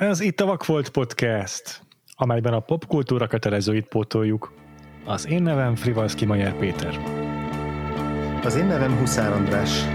Ez itt a Vakfolt Podcast, amelyben a popkultúra kötelezőit pótoljuk. Az én nevem Frivalszky Mayer Péter. Az én nevem Huszár András.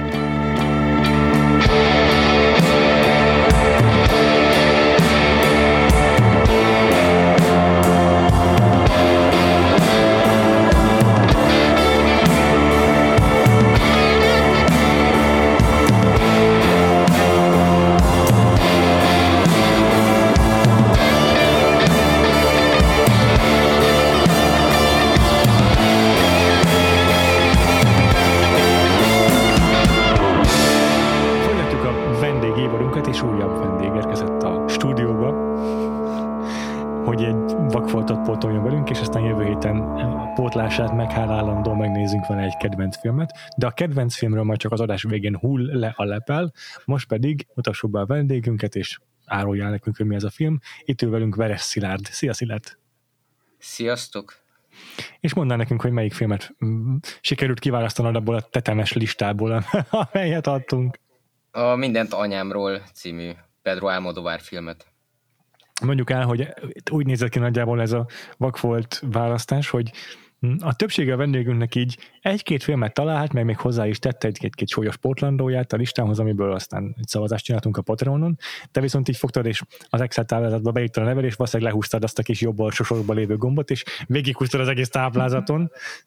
Pótoljon velünk, és aztán jövő héten a pótlását meghálálandó megnézzünk vele egy kedvenc filmet, de a kedvenc filmről majd csak az adás végén hull le a lepel, most pedig mutassuk be a vendégünket, és árulja nekünk, hogy mi ez a film. Itt ül velünk Veres Szilárd. Szia, Szilárd! Sziasztok! És mondd nekünk, hogy melyik filmet sikerült kiválasztanod abból a tetemes listából, amelyet adtunk. A Mindent anyámról című Pedro Almodóvar filmet. Mondjuk el, hogy úgy nézett ki nagyjából ez a Vakfolt választás, hogy a többsége a vendégünknek így egy-két filmet talált, meg még hozzá is tette egy-két súlyos pótlandóját a listához, amiből aztán egy szavazást csináltunk a Patreonon, de viszont így fogtad, és az Excel táblázatba beírtad a nevet, és valószínűleg lehúztad azt a kis jobb alsó sorokba lévő gombot, és végighúztad az egész táblázaton.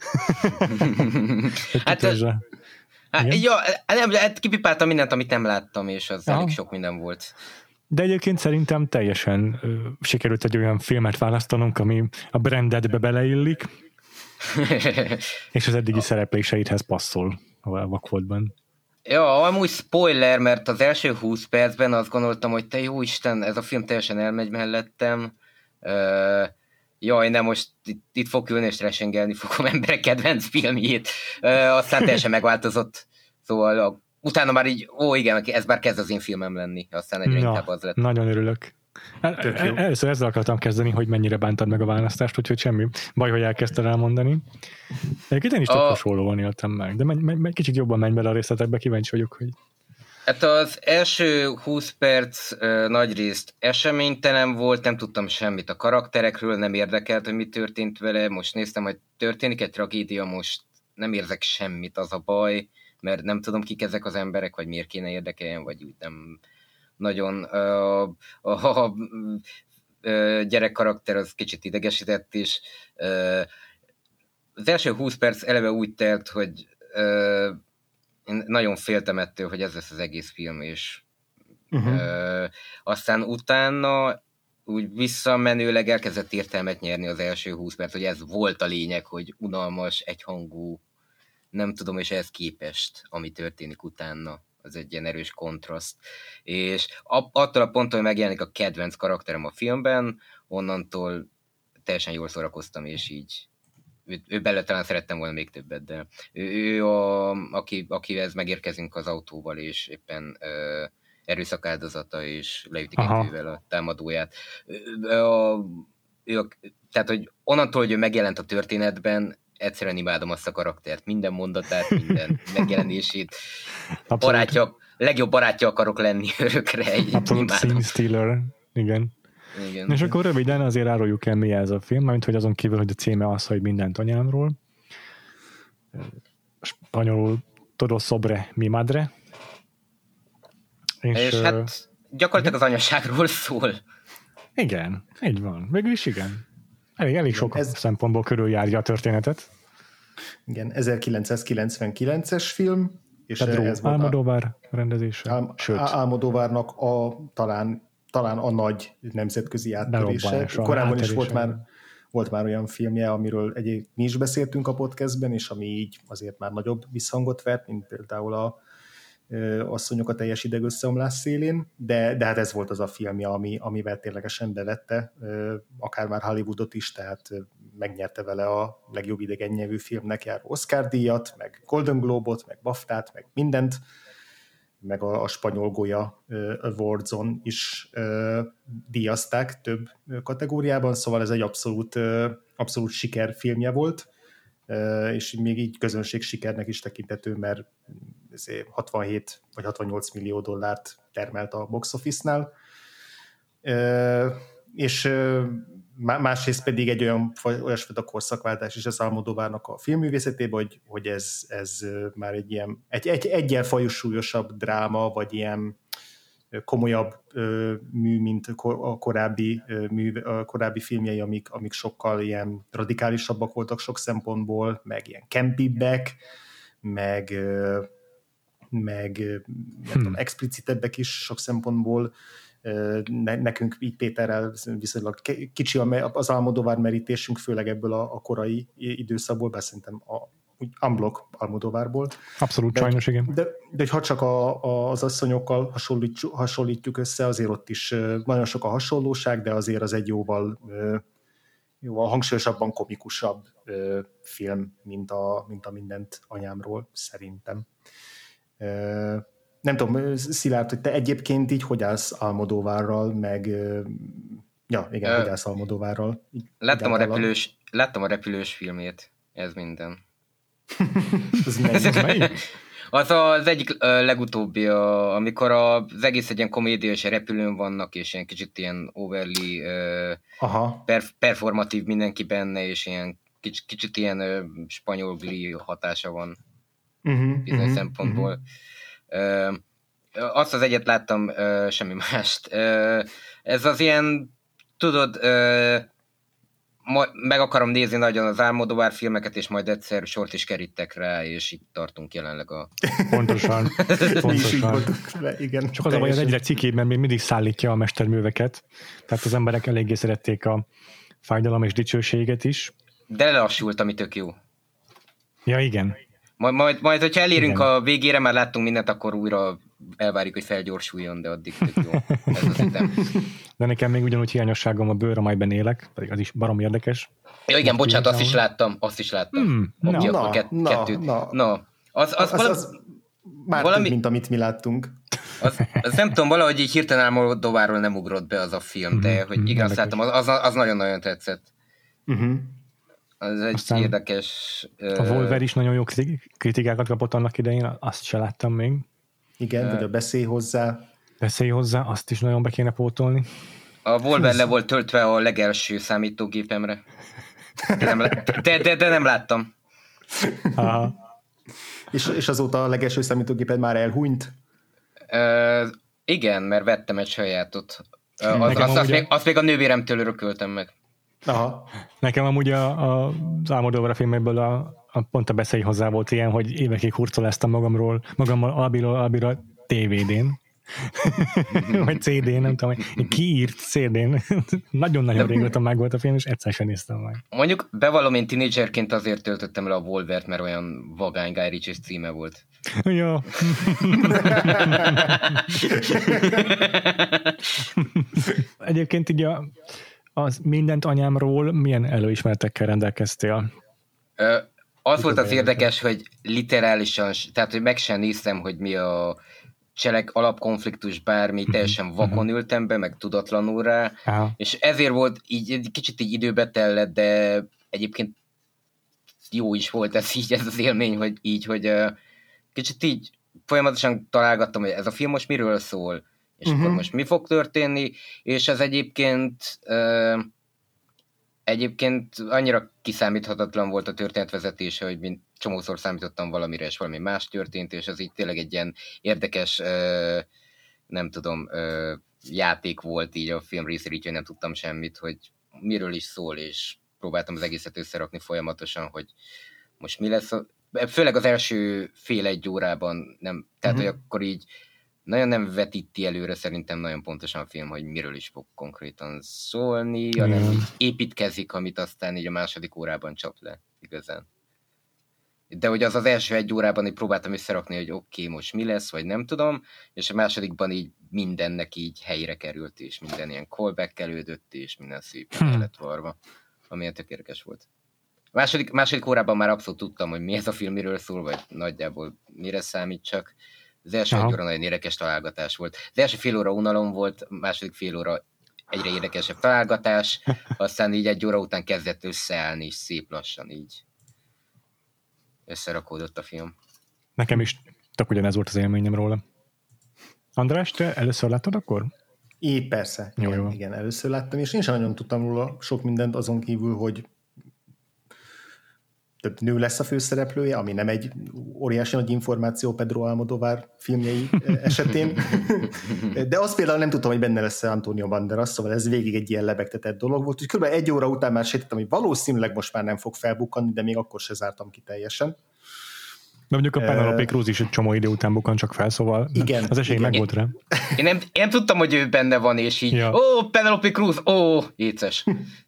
Kipipáltam mindent, amit nem láttam, és az elég sok minden volt. De egyébként szerintem teljesen sikerült egy olyan filmet választanunk, ami a brandedbe beleillik, és az eddigi szerepléseidhez passzol a Vakfoltban. Ja, amúgy spoiler, mert az első 20 percben azt gondoltam, hogy te jó Isten, ez a film teljesen elmegy mellettem. Jaj, nem, most itt fog ülni és resengelni fogom emberek kedvenc filmjét. Aztán teljesen megváltozott. Szóval utána már így, igen, ez már kezd az én filmem lenni, aztán egyre inkább az lett. Nagyon örülök. Először ezzel akartam kezdeni, hogy mennyire bántad meg a választást, úgyhogy semmi baj, hogy elkezdted elmondani. Egyébként én is tök hasonlóan éltem meg, de kicsit jobban menj bele a részletekbe, kíváncsi vagyok, hogy... Hát az első 20 perc nagyrészt eseménytelen volt, nem tudtam semmit a karakterekről, nem érdekelt, hogy mi történt vele, most néztem, hogy történik egy tragédia, most nem érzek semmit, az a baj, mert nem tudom, kik ezek az emberek, vagy miért kéne érdekeljen, vagy úgy nem nagyon a gyerek karakter az kicsit idegesített is. Az első 20 perc eleve úgy telt, hogy én nagyon féltem ettől, hogy ez lesz az egész film, és aztán utána úgy visszamenőleg elkezdett értelmet nyerni az első 20 perc, hogy ez volt a lényeg, hogy unalmas, egyhangú, nem tudom, és ehhez képest, ami történik utána, az egy ilyen erős kontraszt. És attól a ponttól, hogy megjelenik a kedvenc karakterem a filmben, onnantól teljesen jól szórakoztam, és így ő belőle talán szerettem volna még többet, de ő akihez megérkezünk az autóval, és éppen erőszak áldozata, és leütik egy kővel a támadóját. Tehát, hogy onnantól, hogy ő megjelent a történetben, egyszerűen imádom azt a karaktert, minden mondatát, minden megjelenését. Legjobb barátja akarok lenni örökre. Abszolút scene stealer, igen. És akkor röviden azért áruljuk el, mi ez a film, mint hogy azon kívül, hogy a címe az, hogy Mindent anyámról. Spanyolul Todo sobre mi madre. És hát gyakorlatilag az anyaságról szól. Igen, így van. Végül is igen. Elég sok szempontból körüljárja a történetet. Igen, 1999-es film. És Pedro Almodóvar rendezése. Almodóvárnak talán a nagy nemzetközi áttörése. Korábban is volt már olyan filmje, amiről mi is beszéltünk a podcastben, és ami így azért már nagyobb visszhangot vert, mint például a Asszonyok a teljes idegösszeomlás szélén, de hát ez volt az a filmje, amivel ténylegesen bevette, akár már Hollywoodot is, tehát megnyerte vele a legjobb idegen nyelvű filmnek járó Oscar-díjat, meg Golden Globe-ot, meg BAFTA-t, meg mindent, meg a Spanyol Goya Awardson is díjazták több kategóriában, szóval ez egy abszolút sikerfilmje volt, és még így közönség sikernek is tekintető, mert 67 vagy 68 millió dollárt termelt a box office-nál, És másrészt pedig egy olyasfajta korszakváltás is az Almodóvárnak a filmművészetében, hogy ez már egy ilyen egyen súlyosabb dráma, vagy ilyen komolyabb mű, mint a korábbi filmjei, amik sokkal ilyen radikálisabbak voltak sok szempontból, meg ilyen campibbek, meg explicitebbek is sok szempontból. Nekünk így Péterrel viszonylag kicsi az Almodóvár merítésünk, főleg ebből a korai időszakból, bár szerintem úgy unblock Almodóvárból. Abszolút, sajnos, igen. De ha csak az asszonyokkal hasonlítjuk össze, azért ott is nagyon sok a hasonlóság, de azért az egy jóval hangsúlyosabban komikusabb film, mint a Mindent anyámról, szerintem. Nem tudom, Szilárd, hogy te egyébként így hogy állsz Almodóvárral, meg hogy állsz Almodóvárral? Láttam a repülős filmét, ez minden. Az egyik legutóbbi, amikor az egész egy ilyen komédia, és repülőn vannak, és ilyen kicsit ilyen overly performatív mindenki benne, és ilyen kicsit ilyen spanyol Glee hatása van bizonyos szempontból. Azt az egyet láttam, semmi mást. Ez az ilyen, tudod, meg akarom nézni nagyon az Almodóvár filmeket, és majd egyszer sort is kerítek rá, és itt tartunk jelenleg a... Pontosan. Igen, csak az a baj, az egyre cikébb, mert még mindig szállítja a mesterműveket, tehát az emberek eléggé szerették a Fájdalom és dicsőséget is. De lelasult, ami tök jó. Ja, igen. Majd hogyha elérünk a végére, már láttunk mindent, akkor újra elvárjuk, hogy felgyorsuljon, de addig tök jó. Ez az ütem. De nekem még ugyanúgy hiányosságom a Bőr, amelyben élek, pedig az is barom érdekes. Ja, igen, bocsánat, azt is láttam. Kettőt. Az már valami... több, mint amit mi láttunk. Az nem tudom, valahogy így hirtelen Almodóvárról nem ugrott be az a film, de hogy igen, azt láttam, az nagyon-nagyon tetszett. Az egy aztán érdekes... A Volver is nagyon jó kritikákat kapott annak idején, azt se láttam még. Igen, vagy a Beszélj hozzá. Beszélj hozzá, azt is nagyon be kéne pótolni. A Volver le volt töltve a legelső számítógépemre. De nem láttam. Aha. És azóta a legelső számítógéped már elhunyt? Igen, mert vettem egy sajátot. Azt még a nővéremtől örököltem meg. Aha. Nekem amúgy az Almodóvar filmekből pont a Beszélj hozzá volt ilyen, hogy évekig hurcoláztam magammal albiról DVD-n. Vagy CD-n, nem tudom, kiírt CD-n. Nagyon-nagyon régóta meg volt a film, és egyszer sem néztem meg. Mondjuk bevallom, én tínédzserként azért töltöttem le a Volvert, mert olyan vagány Guy Ritchie címe volt. Ja. Egyébként így az Mindent anyámról milyen előismeretekkel rendelkeztél? Az volt az érdekes, hogy literálisan, tehát hogy meg sem néztem, hogy mi a alapkonfliktus, bármi, teljesen vakon ültem be, meg tudatlanul rá, és ezért volt így egy kicsit így időbe tellett, de egyébként jó is volt ez az élmény, hogy így, hogy kicsit így folyamatosan találgattam, hogy ez a film most miről szól, és akkor most mi fog történni, és ez egyébként annyira kiszámíthatatlan volt a történetvezetése, hogy csomószor számítottam valamire, és valami más történt, és ez így tényleg egy ilyen érdekes, nem tudom, játék volt így a film részéről, így, hogy nem tudtam semmit, hogy miről is szól, és próbáltam az egészet összerakni folyamatosan, hogy most mi lesz. Főleg az első fél-egy órában nem, tehát hogy akkor így nagyon nem vetíti előre szerintem nagyon pontosan a film, hogy miről is fog konkrétan szólni, hanem így építkezik, amit aztán így a második órában csap le igazán. De hogy az első egy órában így próbáltam összerakni, hogy oké, most mi lesz, vagy nem tudom, és a másodikban így mindennek így helyre került, és minden ilyen callback-elődött, és minden szépen el lett varva, amilyen tök érdekes volt. Második órában már abszolút tudtam, hogy mi ez a film, miről szól, vagy nagyjából mire számít, csak az első egy óra nagyon érdekes találgatás volt. Az első fél óra unalom volt, a második fél óra egyre érdekesebb találgatás, aztán így egy óra után kezdett összeállni, és szép lassan így összerakódott a film. Nekem is tök ugyanez volt az élményem róla. András, te először láttad akkor? Persze, igen, először láttam, és én sem nagyon tudtam róla sok mindent, azon kívül, hogy több nő lesz a főszereplője, ami nem egy óriási nagy információ Pedro Almodóvar filmjei esetén. De azt például nem tudtam, hogy benne lesz Antonio Banderas, szóval ez végig egy ilyen lebegtetett dolog volt. Úgyhogy kb. 1 óra után már sejtettem, hogy valószínűleg most már nem fog felbukkanni, de még akkor se zártam ki teljesen. De mondjuk a Penelope Cruz is egy csomó idő után bukkan csak fel, szóval igen, az esély meg volt rá. Én nem tudtam, hogy ő benne van, és így, Penelope Cruz, éces.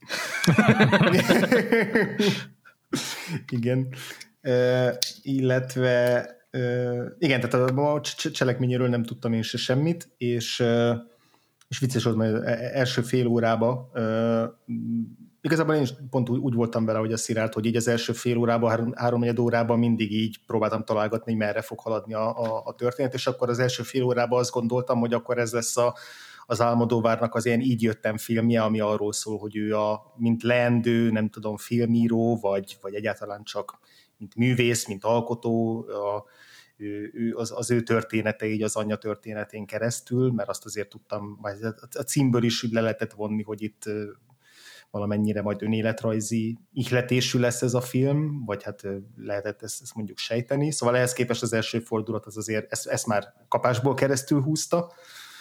Igen. Illetve igen, tehát a cselekményéről nem tudtam én se semmit, és vicces volt, mert első fél órába igazából én is pont úgy voltam vele, hogy a Szilárd, hogy így az első fél órában, 3-4 órában mindig így próbáltam találgatni, hogy merre fog haladni a történet, és akkor az első fél órában azt gondoltam, hogy akkor ez lesz az Almodóvárnak az ilyen Így jöttem filmje, ami arról szól, hogy ő mint leendő, nem tudom, filmíró, vagy egyáltalán csak mint művész, mint alkotó, az ő története így az anyja történetén keresztül, mert azt azért tudtam, a címből is le lehetett vonni, hogy itt valamennyire majd önéletrajzi ihletésű lesz ez a film, vagy hát lehetett ezt mondjuk sejteni. Szóval ehhez képest az első fordulat az azért ezt már kapásból keresztül húzta,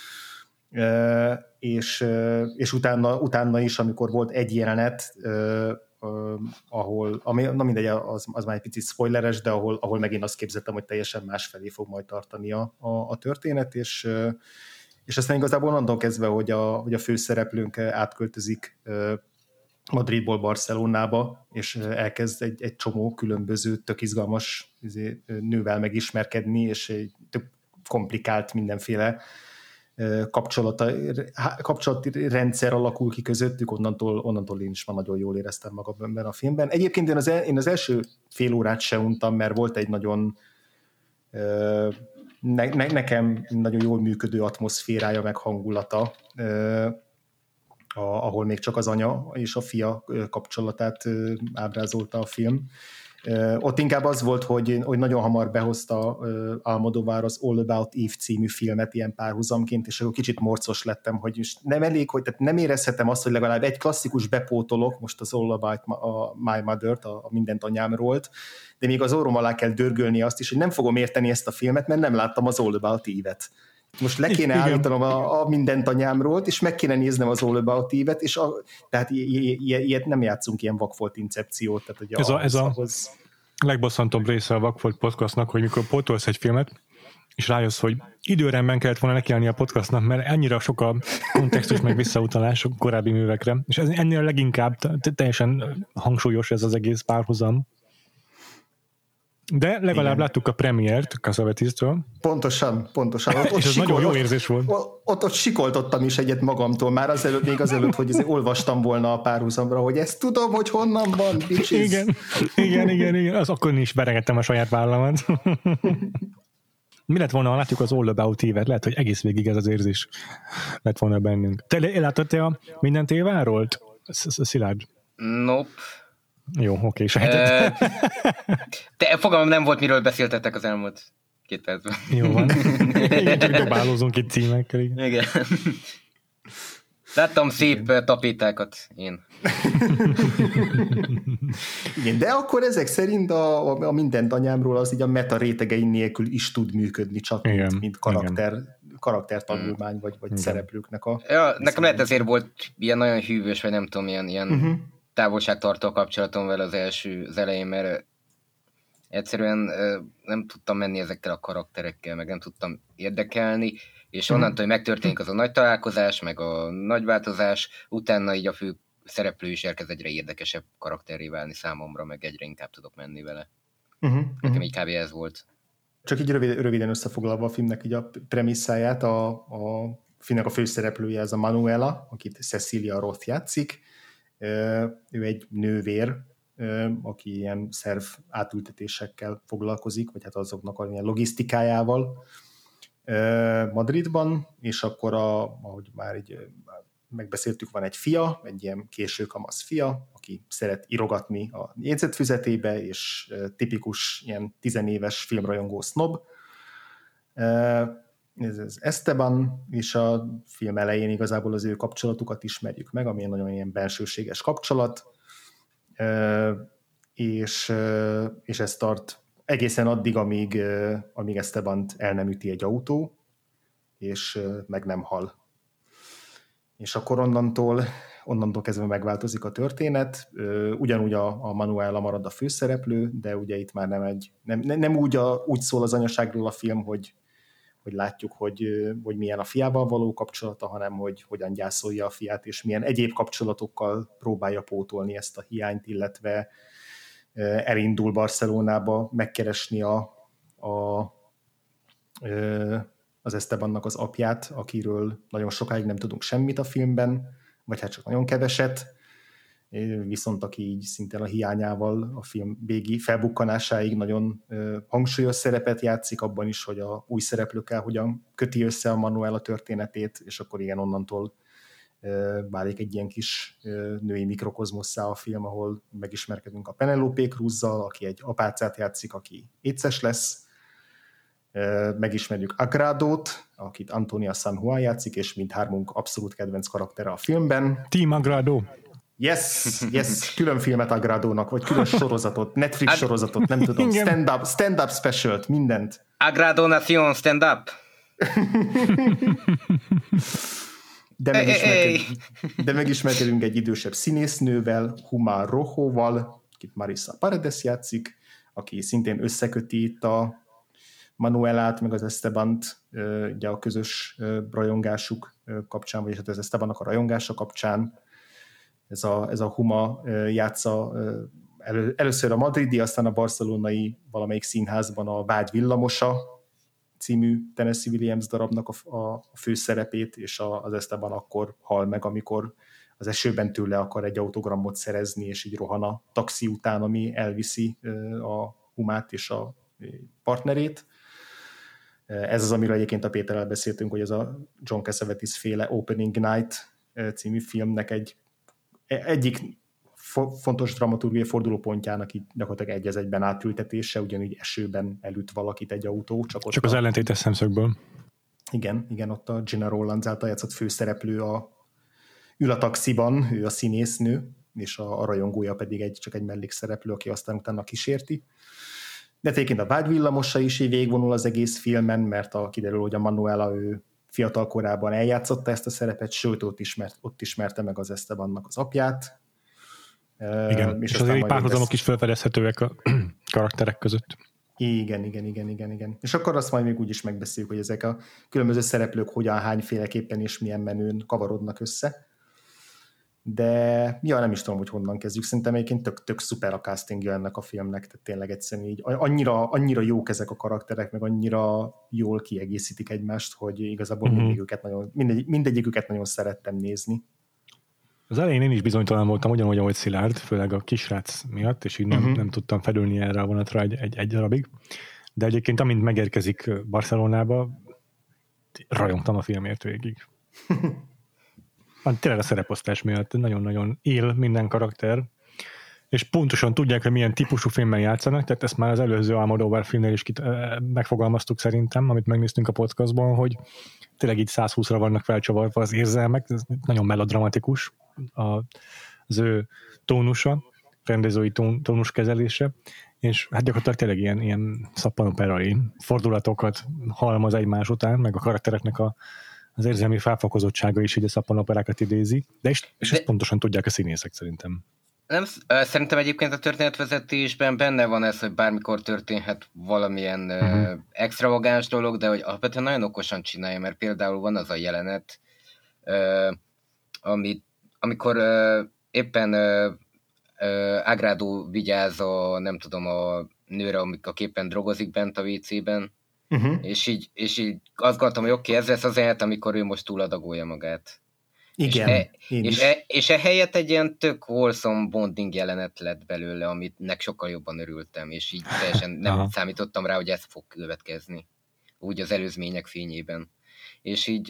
és utána is, amikor volt egy jelenet, ahol, na mindegy, az már egy picit spoileres, de ahol megint azt képzeltem, hogy teljesen másfelé fog majd tartani a történet, és aztán igazából onnantól kezdve, hogy a főszereplőnk átköltözik Madridból Barcelonába, és elkezd egy csomó különböző tök izgalmas nővel megismerkedni, és egy tök komplikált mindenféle kapcsolati rendszer alakul ki közöttük, onnantól én is már nagyon jól éreztem magam ebben a filmben. Egyébként én az első fél órát se untam, mert volt egy nagyon nekem nagyon jól működő atmoszférája, meg hangulata, ahol még csak az anya és a fia kapcsolatát ábrázolta a film. Ott inkább az volt, hogy nagyon hamar behozta Almodóvar az All About Eve című filmet ilyen párhuzamként, és akkor kicsit morcos lettem, hogy nem elég, hogy tehát nem érezhetem azt, hogy legalább egy klasszikus bepótolok, most az All About My Mother-t, a Mindent anyámról, de még az orrom alá kell dörgölni azt is, hogy nem fogom érteni ezt a filmet, mert nem láttam az All About Eve-et. Most le kéne állítanom a Mindent anyámról, és meg kéne néznem az All About Eve-et, és tehát ilyet nem játszunk, ilyen vakfolt incepciót. Tehát, hogy ez a legbosszantóbb része a Vakfolt podcastnak, hogy mikor pótolsz egy filmet, és rájössz, hogy időrendben kellett volna nekiállni a podcastnak, mert ennyire sok a kontextus meg visszautalás a korábbi művekre, és ennél leginkább teljesen hangsúlyos ez az egész párhuzam. De legalább láttuk a premiért Cassavetes-től. Pontosan. És ez nagyon jó érzés volt. Ott sikoltottam is egyet magamtól, már azelőtt, hogy olvastam volna a párhuzamra, hogy ezt tudom, hogy honnan van, bitches. Igen. Az akkor is berengettem a saját vállamat. Mi lett volna, ha látjuk az All About Eve-et? Lehet, hogy egész végig ez az érzés lett volna bennünk. Te láttad a Mindent Éváról? Szilárd? Nope. Jó, oké, sejtett. De fogalmam nem volt, miről beszéltetek az elmúlt 2 percben. Jó van. Igen, csak dobálózunk itt címekkel. Igen. Láttam szép tapétákat én. Igen, de akkor ezek szerint a Mindent anyámról az így a meta rétegein nélkül is tud működni, csak mint karaktertanulmány, vagy szereplőknek a... Ja, nekem lehet ezért volt ilyen nagyon hűvös, vagy nem tudom, ilyen távolságtartó kapcsolatom vele az elején, mert egyszerűen nem tudtam menni ezekkel a karakterekkel, meg nem tudtam érdekelni, és onnantól, hogy megtörténik az a nagy találkozás, meg a nagy változás, utána így a fő szereplő is elkezd egyre érdekesebb karakterré válni számomra, meg egyre inkább tudok menni vele. Nekem így kb. Ez volt. Csak így röviden összefoglalva a filmnek így a premisszáját, a filmnek a főszereplője ez a Manuela, akit Cecilia Roth játszik. Ő egy nővér, aki ilyen szerv átültetésekkel foglalkozik, vagy hát azoknak a ilyen logisztikájával Madridban, és akkor ahogy már így megbeszéltük, van egy fia, egy ilyen késő kamasz fia, aki szeret írogatni a jegyzetfüzetébe, és tipikus ilyen 10 éves filmrajongó sznob, ez Esteban, és a film elején igazából az ő kapcsolatukat ismerjük meg, ami nagyon ilyen bensőséges kapcsolat, és ez tart egészen addig, amíg Estebant el nem üti egy autó, és meg nem hal. És akkor onnantól kezdve megváltozik a történet. Ugyanúgy a Manuela marad a főszereplő, de ugye itt már nem úgy szól az anyaságról a film, hogy látjuk, hogy milyen a fiával való kapcsolata, hanem hogy hogyan gyászolja a fiát, és milyen egyéb kapcsolatokkal próbálja pótolni ezt a hiányt, illetve elindul Barcelonába megkeresni az Estebannak az apját, akiről nagyon sokáig nem tudunk semmit a filmben, vagy hát csak nagyon keveset, viszont aki így szintén a hiányával a film végi felbukkanásáig nagyon hangsúlyos szerepet játszik abban is, hogy a új szereplőkkel hogyan köti össze a Manuela történetét, és akkor igen, onnantól válik egy ilyen kis női mikrokozmosszá a film, ahol megismerkedünk a Penelope Cruz-zal, aki egy apácát játszik, aki éces lesz, megismerjük Agradót, akit Antonia San Juan játszik, és mindhármunk abszolút kedvenc karaktere a filmben. Team Agrado. Yes, külön filmet Agradónak, vagy külön sorozatot, Netflix sorozatot, nem tudom, stand-up specialt, mindent. Agrado Nación stand-up. De megismerkedünk egy idősebb színésznővel, Huma Rojoval, akit Marisa Paredes játszik, aki szintén összeköti itt a Manuelát, meg az Estebant, ugye a közös rajongásuk kapcsán, vagy hát az Estebannak a rajongása kapcsán. Ez a Huma játsza először a madridi, aztán a barcelonai valamelyik színházban a Vágy villamosa című Tennessee Williams darabnak a főszerepét, és az Esteban akkor hal meg, amikor az esőben tőle akar egy autogramot szerezni, és így rohan a taxi után, ami elviszi a Humát és a partnerét. Ez az, amiről egyébként a Péterrel beszéltünk, hogy ez a John Cassavetes féle Opening Night című filmnek egyik fontos dramaturgiai fordulópontjának így gyakorlatilag egy az egyben átültetése, ugyanígy esőben elüt valakit egy autó. Csak az ellentétes szemszögből. Igen, ott a Gina Rowlands által játszott főszereplő ül a taxiban, ő a színésznő, és a rajongója pedig csak egy mellékszereplő, aki aztán utána kísérti. De egyébként a Vágy villamosa is így végigvonul az egész filmen, mert kiderül, hogy a Manuela ő fiatal korában eljátszotta ezt a szerepet, sőt ott ismerte meg az Estebannak az apját. Igen, és azért párhuzamok is felfedezhetőek a karakterek között. Igen. És akkor azt majd még úgy is megbeszéljük, hogy ezek a különböző szereplők hogyan, hányféleképpen és milyen menőn kavarodnak össze. De nem is tudom, hogy honnan kezdjük. Szerintem egyébként tök szuper a castingja ennek a filmnek, tehát tényleg egyszerűen így annyira jók ezek a karakterek, meg annyira jól kiegészítik egymást, hogy igazából mindegyiküket nagyon szerettem nézni. Az elején én is bizonytalan voltam, ugyanúgy, ahogy Szilárd, főleg a kisrác miatt, és így nem tudtam felülni erre a vonatra egy darabig. De egyébként amint megérkezik Barcelonába, rajongtam a filmért végig. Tényleg a szereposztás miatt nagyon-nagyon él minden karakter, és pontosan tudják, hogy milyen típusú filmben játszanak, tehát ezt már az előző Almodóvar filmnél is megfogalmaztuk szerintem, amit megnéztünk a podcastban, hogy tényleg így 120-ra vannak felcsavarva az érzelmek, ez nagyon melodramatikus az ő tónusa, rendezői tónuskezelése, és hát gyakorlatilag tényleg ilyen szappanoperai fordulatokat halmaz egymás után, meg a karaktereknek az érzelmi felfokozottsága is így a szappanoperákat idézi, de ezt pontosan tudják a színészek szerintem. Szerintem egyébként a történetvezetésben benne van ez, hogy bármikor történhet valamilyen extravagáns dolog, de hogy alapvetően nagyon okosan csinálja, mert például van az a jelenet, amikor éppen Agrado vigyáz a nőre, amikor éppen drogozik bent a WC-ben, és így azt gondoltam, hogy oké, ez lesz az elját, amikor ő most túladagolja magát. Igen. És ehelyett egy ilyen tök wholesome bonding jelenet lett belőle, aminek sokkal jobban örültem, és így teljesen nem számítottam rá, hogy ez fog következni. Úgy az előzmények fényében. És így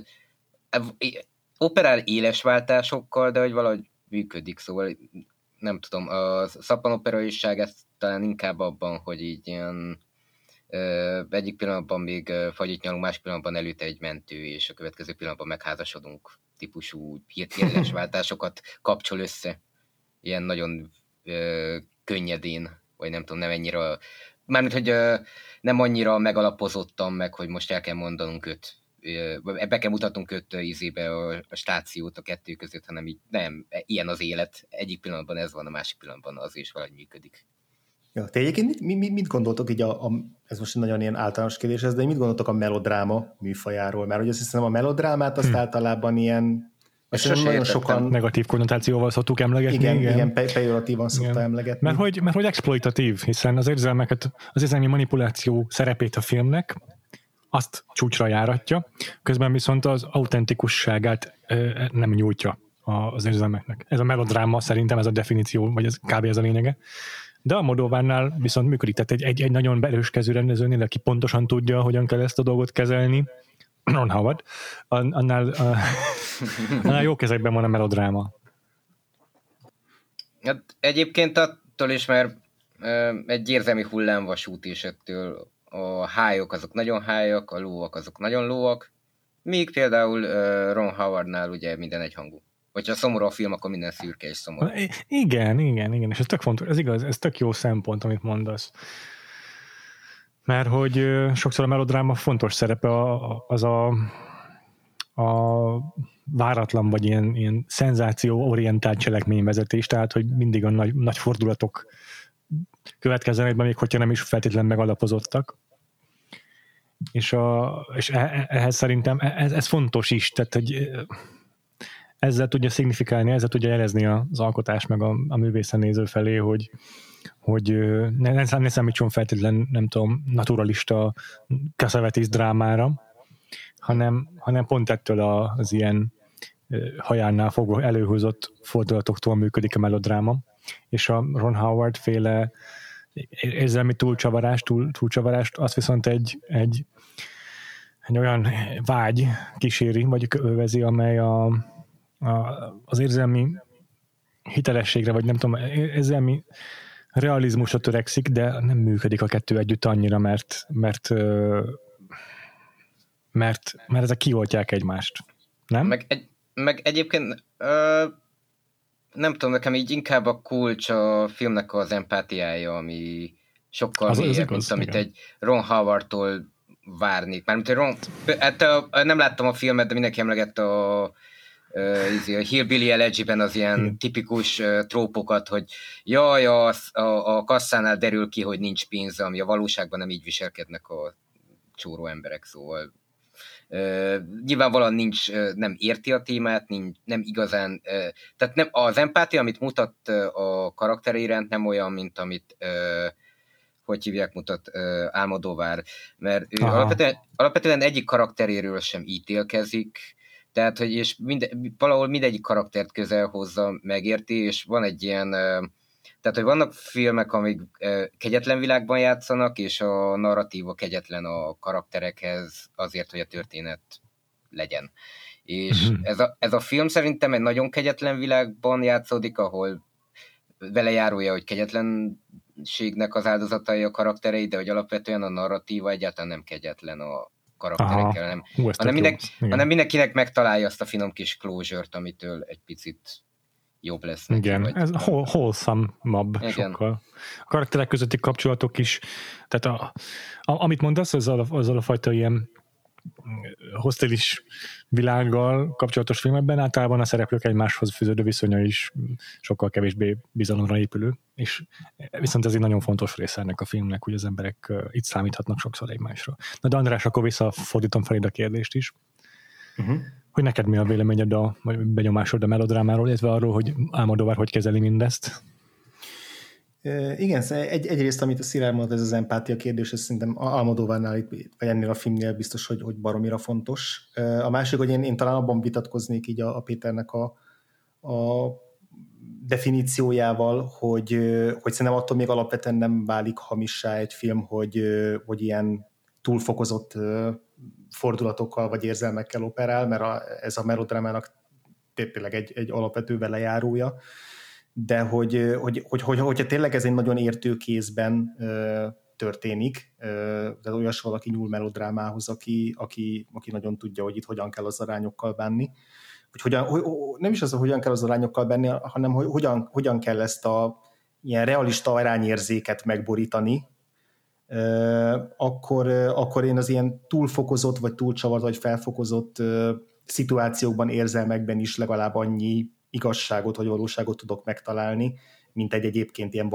operál éles váltásokkal, de hogy valahogy működik, szóval nem tudom, a szappanoperaiság ez talán inkább abban, hogy így ilyen Egyik pillanatban még fagyit nyalunk, másik pillanatban előtte egy mentő, és a következő pillanatban megházasodunk típusú hirtelen váltásokat kapcsol össze. Ilyen nagyon könnyedén, vagy nem tudom, nem ennyire, mármint, hogy nem annyira megalapozottam meg, hogy most el kell mondanunk be kell mutatnunk 5 ízébe a stációt a kettő között, hanem így nem, ilyen az élet. Egyik pillanatban ez van, a másik pillanatban az is valahogy működik. Ja, te egyébként mit gondoltok így ez most nagyon ilyen általános kérdés, de mit gondoltok a melodráma műfajáról? Mert hogy azt hiszem a melodrámát azt általában ilyen nagyon sokan negatív konnotációval szoktuk emlegetni. Igen, pejoratívan szokta emlegetni. Mert hogy exploitatív, hiszen az érzelmi manipuláció szerepét a filmnek azt csúcsra járatja, közben viszont az autentikusságát nem nyújtja az érzelmeknek. Ez a melodráma, szerintem ez a definíció, vagy ez kb. Ez a lényege. De a Almodóvárnál viszont működik, tehát egy nagyon belőskezű rendezőnél, aki pontosan tudja, hogyan kell ezt a dolgot kezelni, Ron Howard, annál jó kezekben van a melodráma. Hát egyébként attól is, mert egy érzelmi hullámvasút is ettől a hályok azok nagyon hályok, a lóak azok nagyon lóak, míg például Ron Howardnál ugye minden egyhangú. Hogyha szomorú a film, akkor minden szürke és szomorú. Igen, és ez tök fontos, ez igaz, ez tök jó szempont, amit mondasz. Mert hogy sokszor a melodráma fontos szerepe az a váratlan, vagy ilyen szenzáció-orientált cselekményvezetés, tehát hogy mindig a nagy fordulatok következzenek be, még hogyha nem is feltétlenül megalapozottak. És ehhez szerintem ez fontos is, tehát hogy ezzel tudja szignifikálni, ezzel tudja jelezni az alkotás meg a művészen néző felé, hogy ne számítson feltétlen, nem tudom, naturalista Cassavetes drámára, hanem pont ettől az ilyen hajánál fogva előhúzott fordulatoktól működik a melodráma, és a Ron Howard féle érzelmi túlcsavarást, azt viszont egy olyan vágy kíséri, vagy övezi, amely az érzelmi hitelességre, vagy nem tudom, érzelmi realizmusra törekszik, de nem működik a kettő együtt annyira, mert ezek kioltják egymást. Nem? Meg egyébként nem tudom, nekem így inkább a kulcs a filmnek az empátiája, ami sokkal mélyebb, mint amit egy Ron Howardtól várnék. Mármint, nem láttam a filmet, de mindenki emlegette a Hillbilly Elegy-ben az ilyen tipikus trópokat, hogy jaj, a kasszánál derül ki, hogy nincs pénze, ami a valóságban nem így viselkednek a csóró emberek, szóval nyilvánvalóan nem érti a témát, nem igazán, tehát nem, az empátia, amit mutat a karakter iránt, nem olyan, mint amit hogy hívják, mutat Almodóvár, mert ő alapvetően egyik karakteréről sem ítélkezik, tehát, hogy és valahol mindegyik karaktert közel hozza, megérti, és van egy ilyen, tehát, hogy vannak filmek, amik kegyetlen világban játszanak, és a narratíva kegyetlen a karakterekhez azért, hogy a történet legyen. És ez a film szerintem egy nagyon kegyetlen világban játszódik, ahol vele járója, hogy kegyetlenségnek az áldozatai a karakterei, de hogy alapvetően a narratíva egyáltalán nem kegyetlen a karakterekkel, hanem mindenkinek megtalálja azt a finom kis closure-t, amitől egy picit jobb lesz neki. Igen, vagy ez wholesome-abb sokkal. A karakterek közötti kapcsolatok is, tehát amit mondasz, azzal a fajta ilyen hostilis világgal kapcsolatos filmekben általában a szereplők egymáshoz fűződő viszonya is sokkal kevésbé bizalomra épülő, és viszont ez egy nagyon fontos része ennek a filmnek, hogy az emberek itt számíthatnak sokszor egymásra. Na de András, akkor visszafordítom feléd a kérdést is. Hogy neked mi a véleményed, vagy benyomásod a melodrámáról, illetve arról, hogy Almodóvár hogy kezeli mindezt? Igen, egyrészt, amit a Szilárd mondott, ez az empátia kérdés, ez szerintem Almodóvárnál, vagy ennél a filmnél biztos, hogy baromira fontos. A másik, hogy én talán abban vitatkoznék így a Péternek a definíciójával, hogy szerintem attól még alapvetően nem válik hamissá egy film, hogy ilyen túlfokozott fordulatokkal vagy érzelmekkel operál, mert ez a melodrámának tényleg egy alapvető velejárója. De hogyha tényleg ez egy nagyon értő kézben történik, tehát olyas valaki nyúl melodrámához, aki nagyon tudja, hogy itt hogyan kell az arányokkal bánni. Nem is az, hogy hogyan kell az arányokkal bánni, hanem hogy hogyan kell ezt a ilyen realista arányérzéket megborítani, akkor én az ilyen túlfokozott, vagy túlcsavart, vagy felfokozott szituációkban, érzelmekben is legalább annyi igazságot, vagy valóságot tudok megtalálni, mint egy egyébként ilyen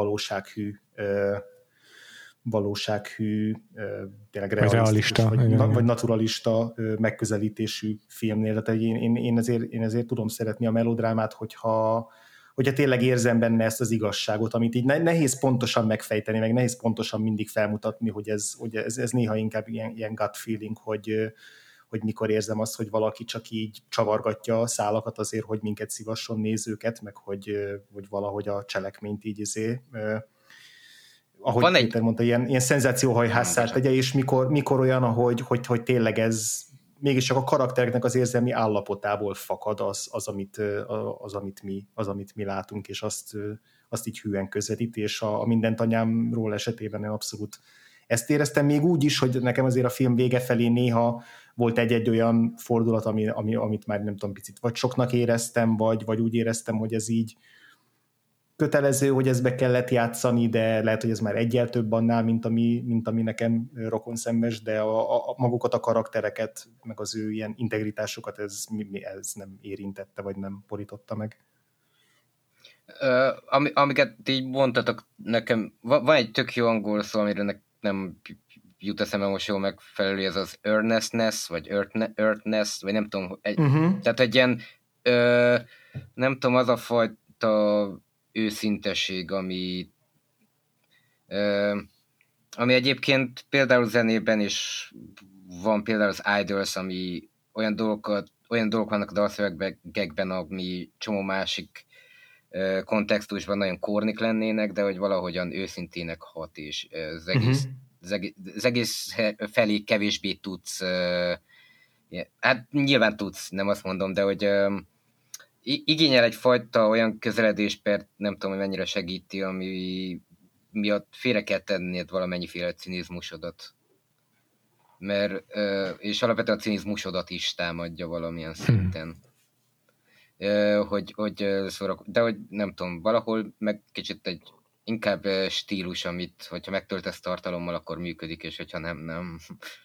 valósághű tényleg realista, vagy naturalista megközelítésű filmnél. Tehát én ezért tudom szeretni a melodrámát, hogyha tényleg érzem benne ezt az igazságot, amit így nehéz pontosan megfejteni, meg nehéz pontosan mindig felmutatni, hogy ez néha inkább ilyen gut feeling, hogy mikor érzem azt, hogy valaki csak így csavargatja a szálakat azért, hogy minket szívasson nézőket, meg hogy valahogy a cselekményt így ahogy Péter mondta, ilyen szenzációhajhásszát tegye, és mikor olyan, hogy tényleg ez mégiscsak a karaktereknek az érzelmi állapotából fakad az amit mi látunk, és azt így hűen közvetíti, és a Mindent anyámról esetében én abszolút ezt éreztem, még úgy is, hogy nekem azért a film vége felé néha volt egy olyan fordulat, amit már nem tudom, picit vagy soknak éreztem, vagy úgy éreztem, hogy ez így kötelező, hogy ezt be kellett játszani, de lehet, hogy ez már egyel több annál, mint ami nekem rokonszenves, de magukat a karaktereket, meg az ő ilyen integritásokat ez nem érintette, vagy nem borította meg. Amiket így mondtatok, nekem van egy tök jó angol szó, amire nem jut eszembe most jól megfelelő, ez az earnestness, vagy earthness, vagy nem tudom, tehát egy ilyen nem tudom, az a fajta őszintesség, ami egyébként például zenében is van, például az Idols, ami olyan dolgok vannak a dalszövegekben, ami csomó másik kontextusban nagyon kornik lennének, de hogy valahogyan őszintének hat, és az egész felé kevésbé tudsz, hát nyilván tudsz, nem azt mondom, de hogy igényel egyfajta olyan közeledést, mert nem tudom, hogy mennyire segíti, ami miatt félre kell tennéd valamennyiféle cinizmusodat. Mert, és alapvetően a cinizmusodat is támadja valamilyen szinten. De hogy nem tudom, valahol meg kicsit inkább stílus, amit, hogyha megtöltesz tartalommal, akkor működik, és hogyha nem.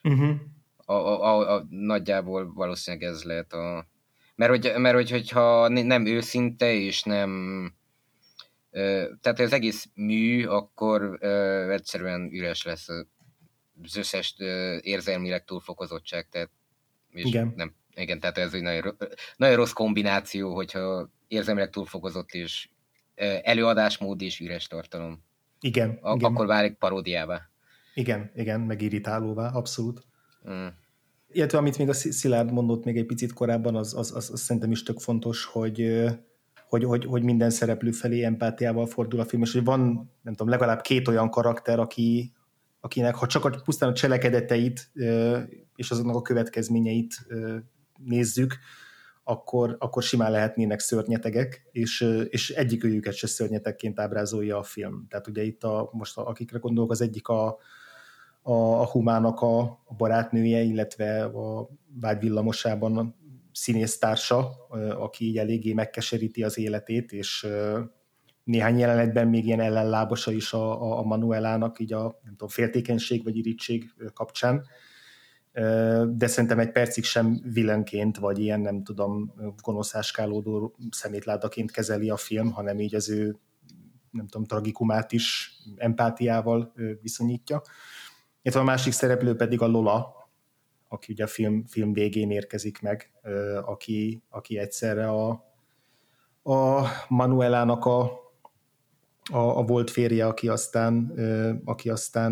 Nagyjából valószínűleg ez lehet a... Mert hogyha nem őszinte, és nem... Tehát az egész mű, akkor egyszerűen üres lesz az összes érzelmileg túlfokozottság. Tehát, és igen. Igen, tehát ez egy nagyon rossz kombináció, hogyha érzelmileg túlfokozott, és előadásmód és üres tartalom. Igen. Akkor válik paródiává. Igen, meg irritálóvá, abszolút. Illetve amit még a Szilárd mondott még egy picit korábban, az szerintem is tök fontos, hogy minden szereplő felé empátiával fordul a film, és hogy van, nem tudom, legalább 2 olyan karakter, akinek ha csak pusztán a cselekedeteit és azoknak a következményeit nézzük, akkor simán lehetnének szörnyetegek, és egyikőjüket se szörnyetegként ábrázolja a film. Tehát ugye itt most akikre gondolok, az egyik a Humának a barátnője, illetve a Vágy villamosában színésztársa, aki így eléggé megkeseríti az életét, és néhány jelenetben még ilyen ellenlábasa is a Manuelának, így a nem tudom, féltékenység vagy irigység kapcsán. De szerintem egy percig sem vilenként, vagy ilyen nem tudom, gonoszáskálódó szemétládaként kezeli a film, hanem így az ő nem tudom, tragikumát is empátiával viszonyítja. Illetve a másik szereplő pedig a Lola, aki ugye a film végén érkezik meg, aki egyszerre a Manuelának a volt férje, aki aztán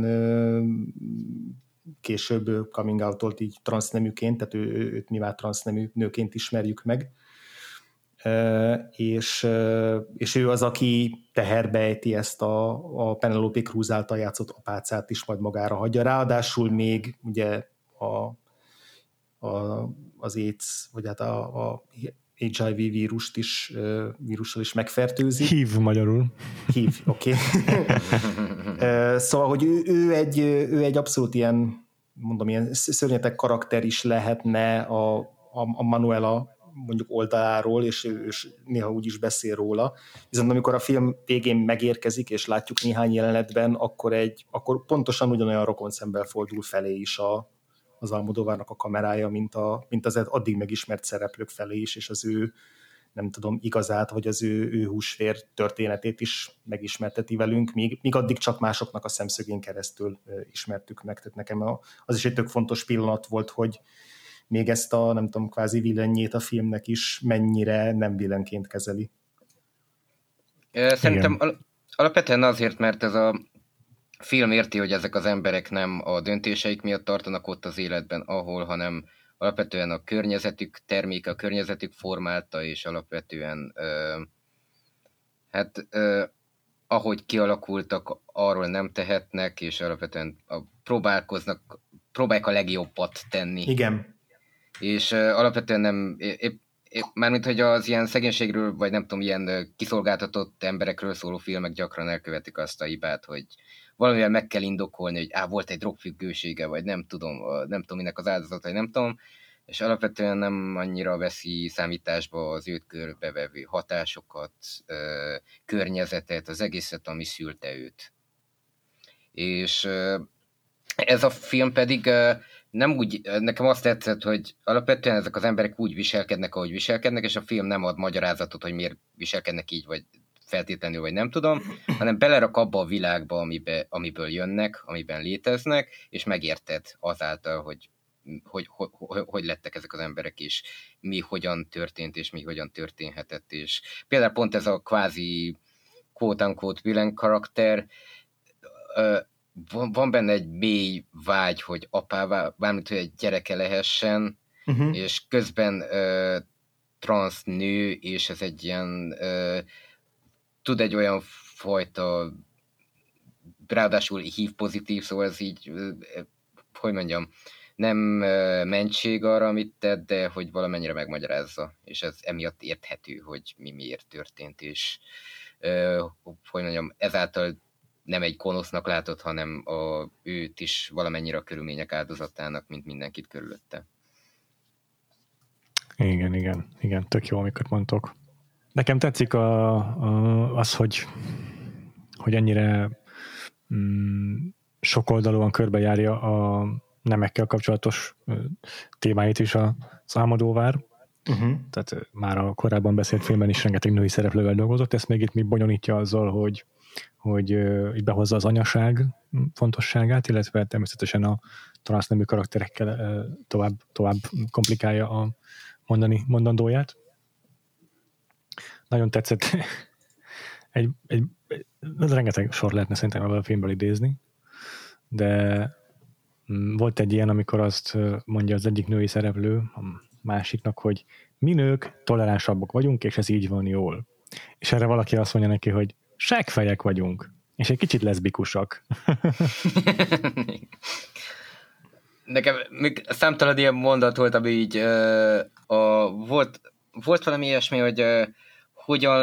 később coming out-olt így transzneműként, tehát őt mi már transznemű nőként ismerjük meg. És ő az, aki teherbe ejti ezt a Penelope Cruz által játszott apácát is majd magára hagyja. Ráadásul még ugye az AIDS, vagy hát a HIV vírussal is megfertőzi. HIV magyarul. HIV, oké. Szóval, hogy ő egy abszolút ilyen, mondom, ilyen szörnyeteg karakter is lehetne a Manuela mondjuk oldaláról, és néha úgy is beszél róla. Viszont amikor a film végén megérkezik, és látjuk néhány jelenetben, akkor pontosan ugyanolyan rokonszemmel fordul felé is az Almodóvárnak a kamerája, mint az addig megismert szereplők felé is, és az ő, nem tudom, igazát, vagy az ő húsvér történetét is megismerteti velünk, míg addig csak másoknak a szemszögén keresztül ismertük meg. Tehát nekem az is egy tök fontos pillanat volt, hogy még ezt a, nem tudom, kvázi villenjét a filmnek is mennyire nem villenként kezeli. Szerintem alapvetően azért, mert ez a film érti, hogy ezek az emberek nem a döntéseik miatt tartanak ott az életben, hanem alapvetően a környezetük terméke, a környezetük formálta, és alapvetően ahogy kialakultak, arról nem tehetnek, és alapvetően próbálják a legjobbat tenni. Igen. És alapvetően nem, mármint, hogy az ilyen szegénységről, vagy nem tudom, ilyen kiszolgáltatott emberekről szóló filmek gyakran elkövetik azt a hibát, hogy valamivel meg kell indokolni, hogy volt egy drogfüggősége, vagy nem tudom minek az áldozat, vagy nem tudom, és alapvetően nem annyira veszi számításba az őt körbevevő hatásokat, környezetet, az egészet, ami szülte őt. És ez a film pedig nem úgy, nekem azt tetszett, hogy alapvetően ezek az emberek úgy viselkednek, ahogy viselkednek, és a film nem ad magyarázatot, hogy miért viselkednek így, vagy feltétlenül, vagy nem tudom, hanem belerak abba a világba, amiből jönnek, amiben léteznek, és megérted azáltal, hogy lettek ezek az emberek, és mi hogyan történt, és mi hogyan történhetett. És például pont ez a kvázi quote-unquote villain karakter, van benne egy mély vágy, hogy apává, bármint, hogy egy gyereke lehessen, és közben transz nő, és ez egy ilyen tud egy olyan fajta, ráadásul HIV pozitív, szóval ez így, hogy mondjam, nem mentség arra, amit tett, de hogy valamennyire megmagyarázza, és ez emiatt érthető, hogy mi miért történt, és hogy mondjam, ezáltal nem egy gonosznak látott, hanem őt is valamennyire a körülmények áldozatának, mint mindenkit körülötte. Igen, tök jó, amiket mondtok. Nekem tetszik az, hogy ennyire sokoldalúan körbejárja a nemekkel kapcsolatos témáit is az Almodóvár. Tehát már a korábban beszélt filmben is rengeteg női szereplővel dolgozott, ezt még itt még bonyolítja azzal, hogy itt behozza az fontosságát, illetve természetesen a transznemű karakterekkel tovább komplikálja a mondandóját. Nagyon tetszett. Rengeteg sor lehetne szerintem ebből a filmből idézni, de volt egy ilyen, amikor azt mondja az egyik női szereplő a másiknak, hogy mi nők toleránsabbak vagyunk, és ez így van jól. És erre valaki azt mondja neki, hogy seggfejek vagyunk, és egy kicsit leszbikusak. Nekem még számtalan ilyen mondat volt, ami így volt valami ilyesmi, hogy hogyan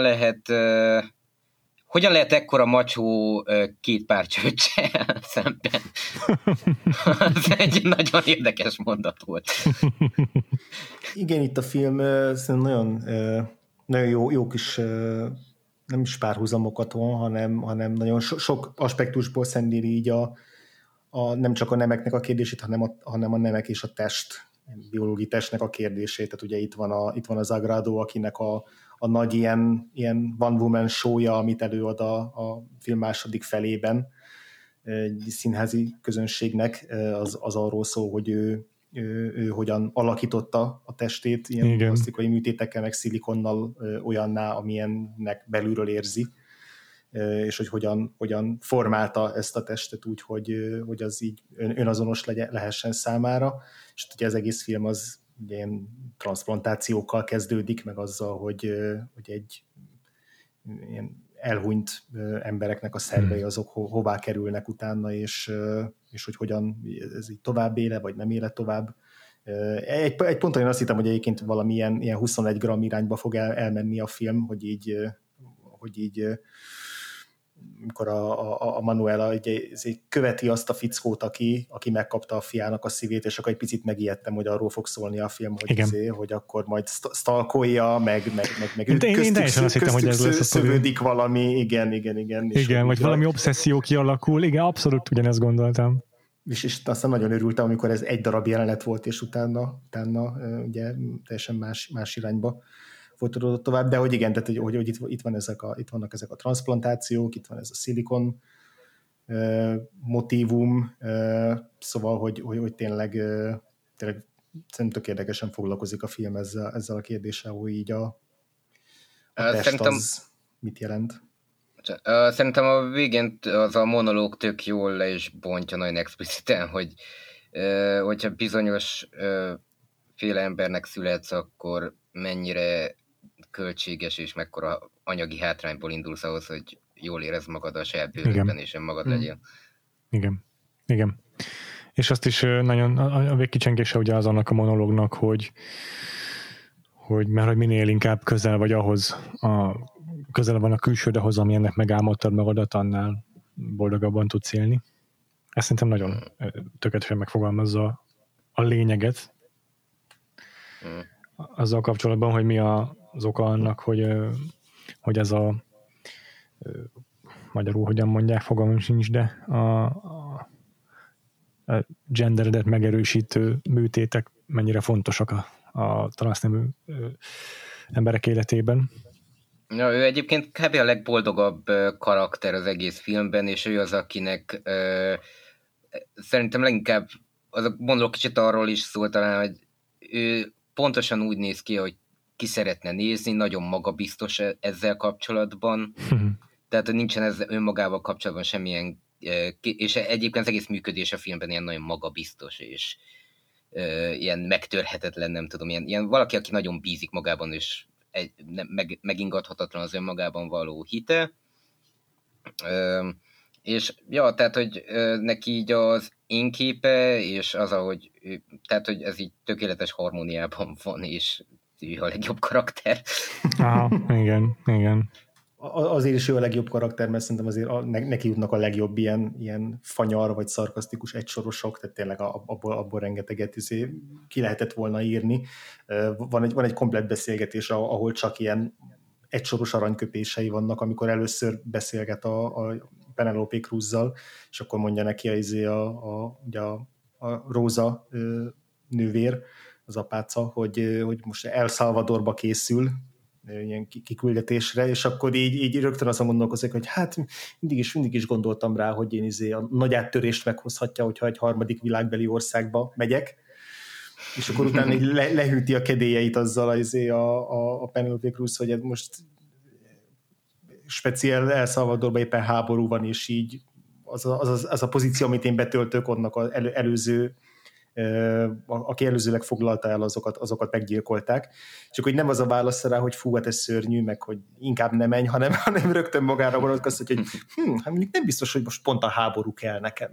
lehet ekkora macsó két pár csőccsel szemben. Ez egy nagyon érdekes mondat volt. Igen, itt a film nagyon, nagyon jó kis, nem is párhuzamokat van, hanem nagyon sok aspektusból szemléli így nem csak a nemeknek a kérdését, hanem a nemek és a test, biológiai testnek a kérdését. Tehát ugye itt van az Agrado, akinek a nagy ilyen One Woman show-ja, amit előad a film második felében egy színházi közönségnek, az arról szól, hogy ő hogyan alakította a testét ilyen plastikai műtétekkel, meg szilikonnal olyanná, amilyennek belülről érzi, és hogy hogyan formálta ezt a testet úgy, hogy az így önazonos lehessen számára, és ugye az egész film az ugye ilyen transzplantációkkal kezdődik, meg azzal, hogy egy ilyen elhunyt embereknek a szervei azok hová kerülnek utána, és hogy hogyan ez így tovább éle, vagy nem éle tovább Egy ponton én azt hittem, hogy egyébként valamilyen ilyen 21 gram irányba fog elmenni a film, hogy így amikor a Manuela követi azt a fickót, aki megkapta a fiának a szívét, és akkor egy picit megijedtem, hogy arról fog szólni a film, hogy akkor majd stalkolja, meg köztük szövődik valami, igen. Igen, vagy valami obszesszió kialakul, igen, abszolút ugyanezt gondoltam. És aztán nagyon örültem, amikor ez egy darab jelenet volt, és utána ugye teljesen más irányba folytatódott tovább, de hogy igen, tehát hogy itt vannak ezek a transplantációk, itt van ez a szilikon motívum, szóval, hogy tényleg szerintem tök érdekesen foglalkozik a film ezzel a kérdéssel, hogy így a test az mit jelent. Szerintem a végén az a monológ tök jól le is bontja nagyon expliciten, hogyha bizonyos féle embernek születsz, akkor mennyire költséges és mekkora anyagi hátrányból indulsz ahhoz, hogy jól érezd magad a saját bőrödben, és önmagad legyél. Igen. És azt is nagyon, a végkicsengése ugye az annak a monológnak, hogy minél inkább közel vagy ahhoz, közel van a külsődehhoz, ami ennek megálmodtad magadat, annál boldogabban tudsz élni. Ezt szerintem nagyon tökéletesen megfogalmazza a lényeget. Azzal kapcsolatban, hogy mi az oka annak, hogy ez a magyarul hogyan mondják, fogalmam sincs, de a genderedet megerősítő műtétek mennyire fontosak a transznemű emberek életében. Ja, ő egyébként kb. A legboldogabb karakter az egész filmben, és ő az, akinek szerintem leginkább, mondok kicsit arról is szól talán, hogy ő pontosan úgy néz ki, hogy ki szeretne nézni, nagyon magabiztos ezzel kapcsolatban, tehát nincsen ez önmagával kapcsolatban semmilyen, és egyébként az egész működés a filmben ilyen nagyon magabiztos, és ilyen megtörhetetlen, nem tudom, ilyen valaki, aki nagyon bízik magában, és megingathatatlan az önmagában való hite. És ja, tehát, hogy neki így az én képe, és az, ahogy tehát, hogy ez így tökéletes harmóniában van, és ő a legjobb karakter. Aha, igen. Azért is ő a legjobb karakter, mert szerintem azért neki jutnak a legjobb ilyen fanyar, vagy szarkasztikus egysorosok, tehát tényleg abból rengeteget ki lehetett volna írni. Van egy komplett beszélgetés, ahol csak ilyen egysoros aranyköpései vannak, amikor először beszélget a Penelope Cruz-zal, és akkor mondja neki a Rosa nővér, az apáca, hogy most El Salvadorba készül, ilyen kiküldetésre, és akkor így rögtön azon gondolkozik, hogy hát mindig is gondoltam rá, hogy én a nagy áttörést meghozhatja, hogyha egy harmadik világbeli országba megyek, és akkor utána így lehűti a kedélyeit azzal a Penelope Cruz, hogy most speciál El Salvadorban éppen háború van, és így az a pozíció, amit én betöltök, annak az előző aki előzőleg foglalta el, azokat meggyilkolták. Csak hogy nem az a válasz rá, hogy fú, hát ez szörnyű, meg hogy inkább nem menj, hanem rögtön magára vonatkoztat, hogy hát mondjuk nem biztos, hogy most pont a háború kell nekem.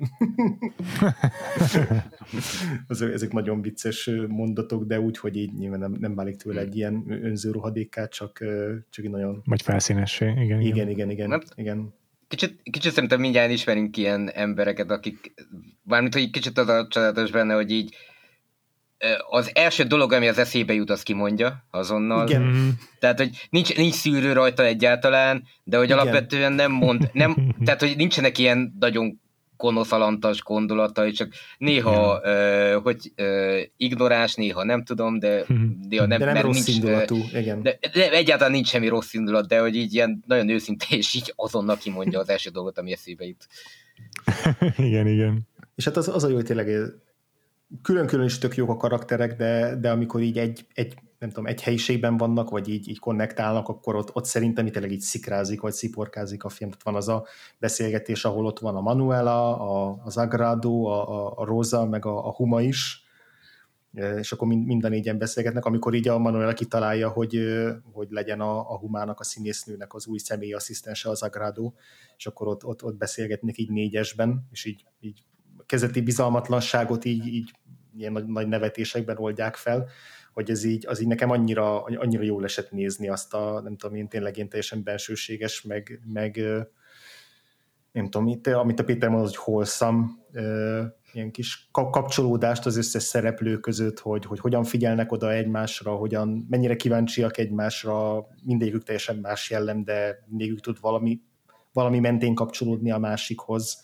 Ezek nagyon vicces mondatok, de úgy, hogy így nyilván nem válik tőle egy ilyen önző rohadékká, csak nagyon... Vagy felszínessé, igen. Kicsit szerintem mindjárt ismerünk ilyen embereket, akik, mármint, hogy kicsit az a csodálatos benne, hogy így az első dolog, ami az eszébe jut, az kimondja azonnal. Igen. Tehát, hogy nincs szűrő rajta egyáltalán, de hogy alapvetően tehát, hogy nincsenek ilyen nagyon konoszalantas gondolatai, csak néha ignoráns, néha nem tudom, de nem rossz indulatú, igen. De egyáltalán nincs semmi rossz indulat, de hogy így ilyen nagyon őszinte, és így azonnal kimondja az első dolgot, ami eszébe jut. Igen. És hát az a jó, hogy tényleg külön-külön is tök jók a karakterek, de amikor így egy helyiségben vannak, vagy így konnektálnak, akkor ott szerintem tényleg így szikrázik, vagy sziporkázik a film. Tehát van az a beszélgetés, ahol ott van a Manuela, az Agrado, a Rosa, meg a Huma is, és akkor mind a négyen beszélgetnek, amikor így a Manuela kitalálja, hogy legyen a Humának, a színésznőnek az új személyi asszisztense, az Agrado, és akkor ott beszélgetnek így négyesben, és így kezdeti bizalmatlanságot így ilyen nagy nevetésekben oldják fel, hogy az így nekem annyira jól esett nézni azt a, nem tudom én, tényleg ilyen teljesen bensőséges, meg nem tudom, amit a Péter mondott, hogy wholesome, ilyen kis kapcsolódást az összes szereplő között, hogy hogyan figyelnek oda egymásra, mennyire kíváncsiak egymásra, mindegyikük teljesen más jellem, de mindegyikük tud valami mentén kapcsolódni a másikhoz.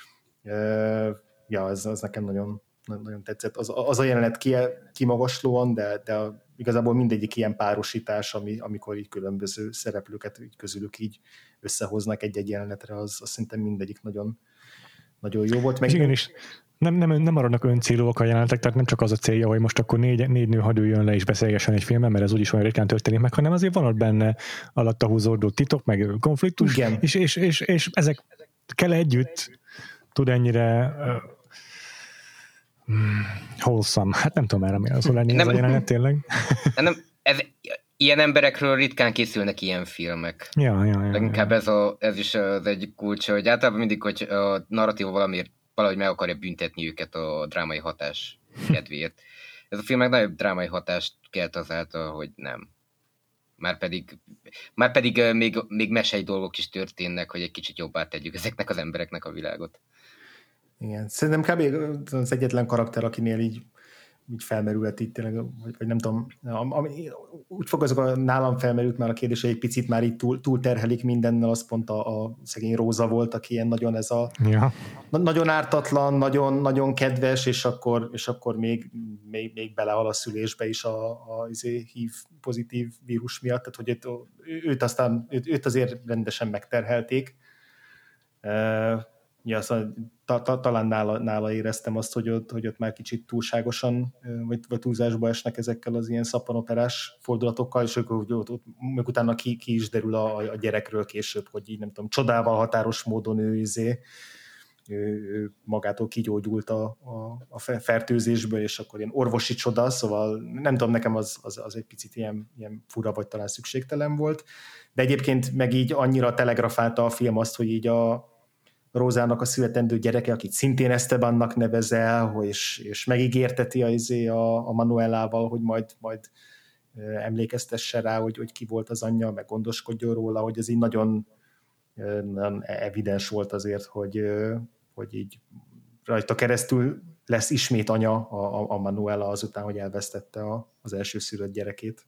Ja, az nekem nagyon, nagyon tetszett. Az a jelenet kimagaslóan, de igazából mindegyik ilyen párosítás, amikor így különböző szereplőket így közülük így összehoznak egy-egy jelenetre, az szerintem mindegyik nagyon, nagyon jó volt. És igenis, nem maradnak öncélúak a jelenetek, tehát nem csak az a célja, hogy most akkor négy nő hadő le és beszélgessen egy filmben, mert ez úgyis olyan ritkán történik meg, hanem azért van ott benne alatta húzódó titok, meg konfliktus, és ezek kell együtt tud ennyire wholesome. Hát nem tudom erre mi az, lenni ez a jelenet tényleg. Ilyen emberekről ritkán készülnek ilyen filmek. Ja. Leginkább ez is az egyik kulcsa, hogy általában mindig, hogy a narratíva valamiért valahogy meg akarja büntetni őket a drámai hatás kedvéért. Ez a film meg nagyobb drámai hatást kelt azáltal, hogy nem. Márpedig még mesei dolgok is történnek, hogy egy kicsit jobbá tegyük ezeknek az embereknek a világot. Igen, szerintem kb. Az egyetlen karakter, akinél így felmerülhet itt tényleg, vagy nem tudom, úgy fogalmazok, nálam felmerült már a kérdés, hogy egy picit már így túl terhelik mindennel, az pont a szegény Róza volt, aki ilyen nagyon nagyon ártatlan, nagyon, nagyon kedves, és akkor még belehal a szülésbe is a HIV pozitív vírus miatt, tehát hogy őt azért rendesen megterhelték. Ja, szóval talán nála éreztem azt, hogy ott már kicsit túlságosan, vagy túlzásba esnek ezekkel az ilyen szappanoperás fordulatokkal, és meg utána ki is derül a gyerekről később, hogy így nem tudom, csodával határos módon ő magától kigyógyult a fertőzésből, és akkor ilyen orvosi csoda, szóval nem tudom, nekem az egy picit ilyen fura, vagy talán szükségtelen volt, de egyébként meg így annyira telegrafálta a film azt, hogy így a Rózának a születendő gyereke, akit szintén Estebannak nevezel, és megígérteti a Manuelával, hogy majd emlékeztesse rá, hogy ki volt az anyja, meg gondoskodjon róla, hogy ez így nagyon, nagyon evidens volt azért, hogy így rajta keresztül lesz ismét anya a Manuela azután, hogy elvesztette az első szülött gyerekét.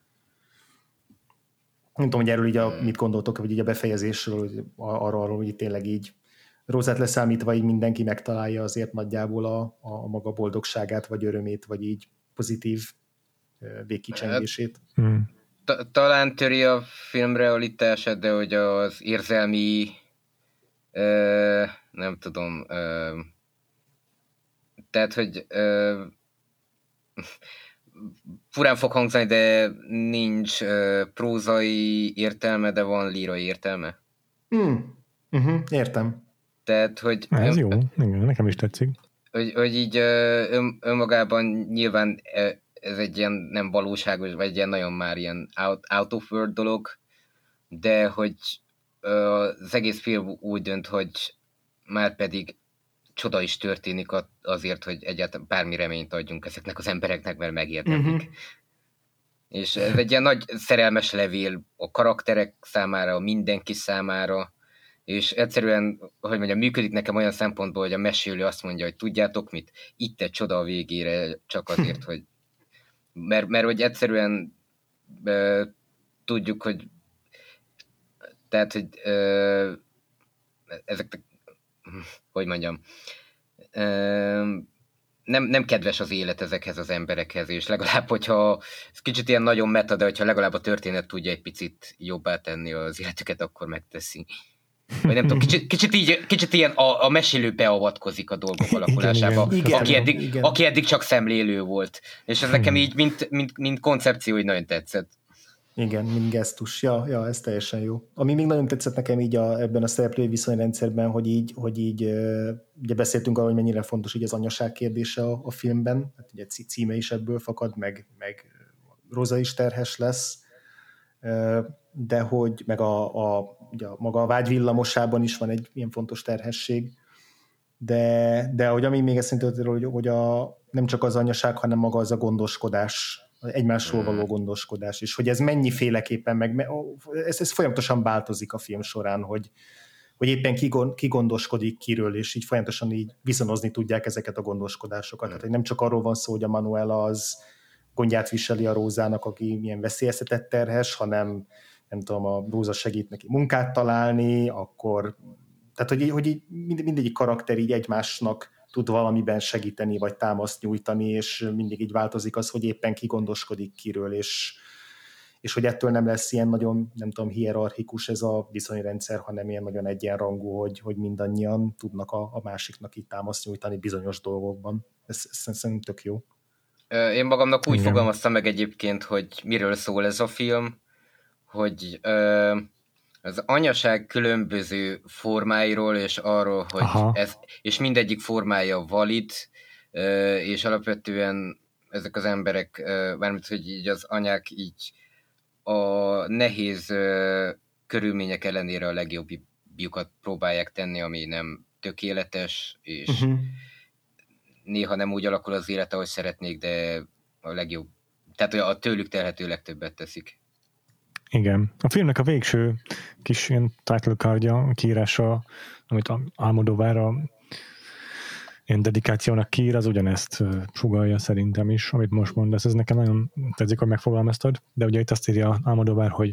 Nem tudom, hogy erről így mit gondoltok, vagy így a befejezésről, arról, hogy tényleg így Rózát leszámítva így mindenki megtalálja azért nagyjából a maga boldogságát, vagy örömét, vagy így pozitív végkicsengését. Talán töri a film realitását, de hogy az érzelmi nem tudom tehát, hogy furán fog hangzani, de nincs prózai értelme, de van lírai értelme. Értem. Tehát, hogy... Ez jó, igen, nekem is tetszik. Hogy így önmagában nyilván ez egy ilyen nem valóságos, vagy egy ilyen nagyon már ilyen out of world dolog, de hogy az egész film úgy dönt, hogy már pedig csoda is történik azért, hogy egyáltalán bármi reményt adjunk ezeknek az embereknek, mert megérdemlik. És ez egy ilyen nagy szerelmes levél a karakterek számára, a mindenki számára, és egyszerűen, hogy mondjam, működik nekem olyan szempontból, hogy a mesélő azt mondja, hogy tudjátok mit, itt egy csoda a végére, csak azért, hogy mert hogy egyszerűen tudjuk, hogy tehát, hogy ezek, hogy mondjam, nem kedves az élet ezekhez az emberekhez, és legalább, hogyha ez kicsit ilyen nagyon meta, de hogyha legalább a történet tudja egy picit jobbá tenni az életüket, akkor megteszi. Vagy nem tudom, kicsit ilyen a mesélő beavatkozik a dolgok alakulásába, aki eddig csak szemlélő volt. És ez nekem így, mint koncepció, így nagyon tetszett. Igen, mint gesztus. Ja, ez teljesen jó. Ami még nagyon tetszett nekem így ebben a szereplői viszonyrendszerben, hogy így ugye beszéltünk arról, hogy mennyire fontos így az anyaság kérdése a filmben, hát ugye címe is ebből fakad, meg Róza is terhes lesz, de hogy meg ugye maga a vágy villamosában is van egy ilyen fontos terhesség, de hogy ami még ezt szerintem, hogy nem csak az anyaság, hanem maga az a gondoskodás, egymásról való gondoskodás, és hogy ez mennyiféleképpen, ez folyamatosan változik a film során, hogy éppen ki gondoskodik kiről, és így folyamatosan így viszonozni tudják ezeket a gondoskodásokat. Tehát, hogy nem csak arról van szó, hogy a Manuela az gondját viseli a Rózának, aki milyen veszélyeztetett terhes, hanem nem tudom, a Róza segít neki munkát találni, akkor, tehát hogy így mindegyik karakter így egymásnak tud valamiben segíteni, vagy támaszt nyújtani, és mindig így változik az, hogy éppen ki gondoskodik kiről, és hogy ettől nem lesz ilyen nagyon, nem tudom, hierarchikus ez a viszonyrendszer, hanem ilyen nagyon egyenrangú, hogy mindannyian tudnak a másiknak így támaszt nyújtani bizonyos dolgokban. Ez szerintem tök jó. Én magamnak úgy fogalmaztam meg egyébként, hogy miről szól ez a film, hogy az anyaság különböző formáiról, és arról, hogy és mindegyik formája valid, és alapvetően ezek az emberek, mármint, hogy így az anyák így a nehéz körülmények ellenére a legjobbjukat próbálják tenni, ami nem tökéletes, és néha nem úgy alakul az élet, ahogy szeretnék, de a legjobb, tehát a tőlük telhető legtöbbet teszik. Igen. A filmnek a végső kis ilyen title cardja, kiírása, amit Almodóvar ilyen dedikációnak kiír, az ugyanezt sugallja szerintem is, amit most mondasz. Ez nekem nagyon tetszik, hogy megfogalmaztad, de ugye itt azt írja Almodóvar, hogy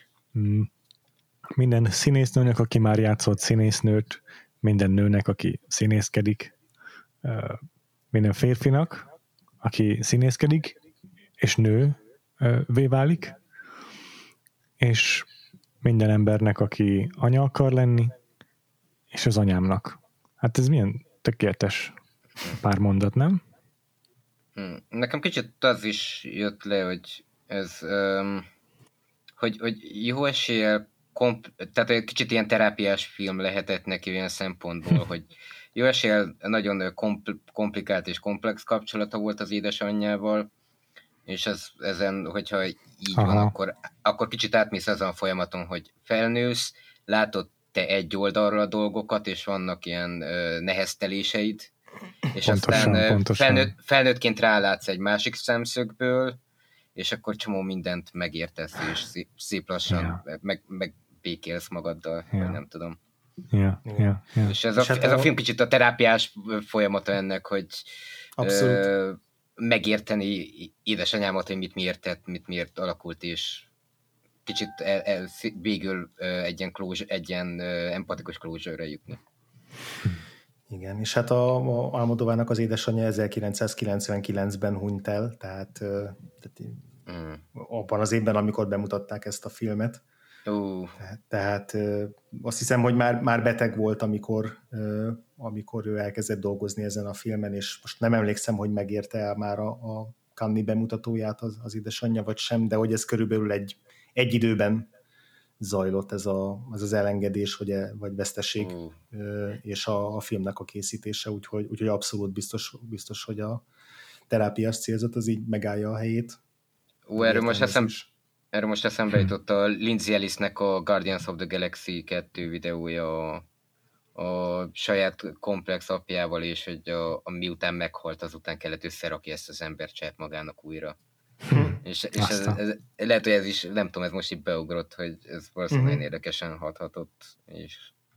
minden színésznőnek, aki már játszott színésznőt, minden nőnek, aki színészkedik, minden férfinak, aki színészkedik, és nővé válik, és minden embernek, aki anya akar lenni, és az anyámnak. Hát ez milyen tökéletes pár mondat, nem? Nekem kicsit az is jött le, hogy ez hogy jó eséllyel tehát egy kicsit ilyen terápiás film lehetett neki olyan szempontból, hogy jó eséllyel nagyon komplikált és komplex kapcsolata volt az édesanyjával, és ezen, hogyha így van, akkor kicsit átmész azon a folyamaton, hogy felnősz, látod te egy oldalról a dolgokat, és vannak ilyen nehezteléseid, és pontosan, aztán felnőttként rálátsz egy másik szemszögből, és akkor csomó mindent megértesz, és szép lassan megbékélsz magaddal, vagy nem tudom. És ez a film kicsit a terápiás folyamata ennek, hogy megérteni édesanyámat, hogy mit miért tett, mit miért alakult, és kicsit végül egy ilyen empatikus closure-re jutni. Igen, és hát Almodóvárnak az édesanyja 1999-ben hunyt el, tehát abban az évben, amikor bemutatták ezt a filmet. Tehát azt hiszem, hogy már beteg volt, amikor ő elkezdett dolgozni ezen a filmen, és most nem emlékszem, hogy megérte el már a Cannes-i bemutatóját az édesanyja, vagy sem, de hogy ez körülbelül egy időben zajlott ez az elengedés, vagy veszteség, és a filmnek a készítése, úgyhogy abszolút biztos, hogy a terápiás célzat az így megállja a helyét. Erről most eszembe jutott a Lindsay Ellisnek a Guardians of the Galaxy 2 videója a saját komplex apjával, és hogy miután meghalt, azután kellett összerakni ezt az embert saját magának újra. És ez lehet, hogy ez is, nem tudom, ez most így beugrott, hogy ez valószínűleg nagyon érdekesen hathatott, és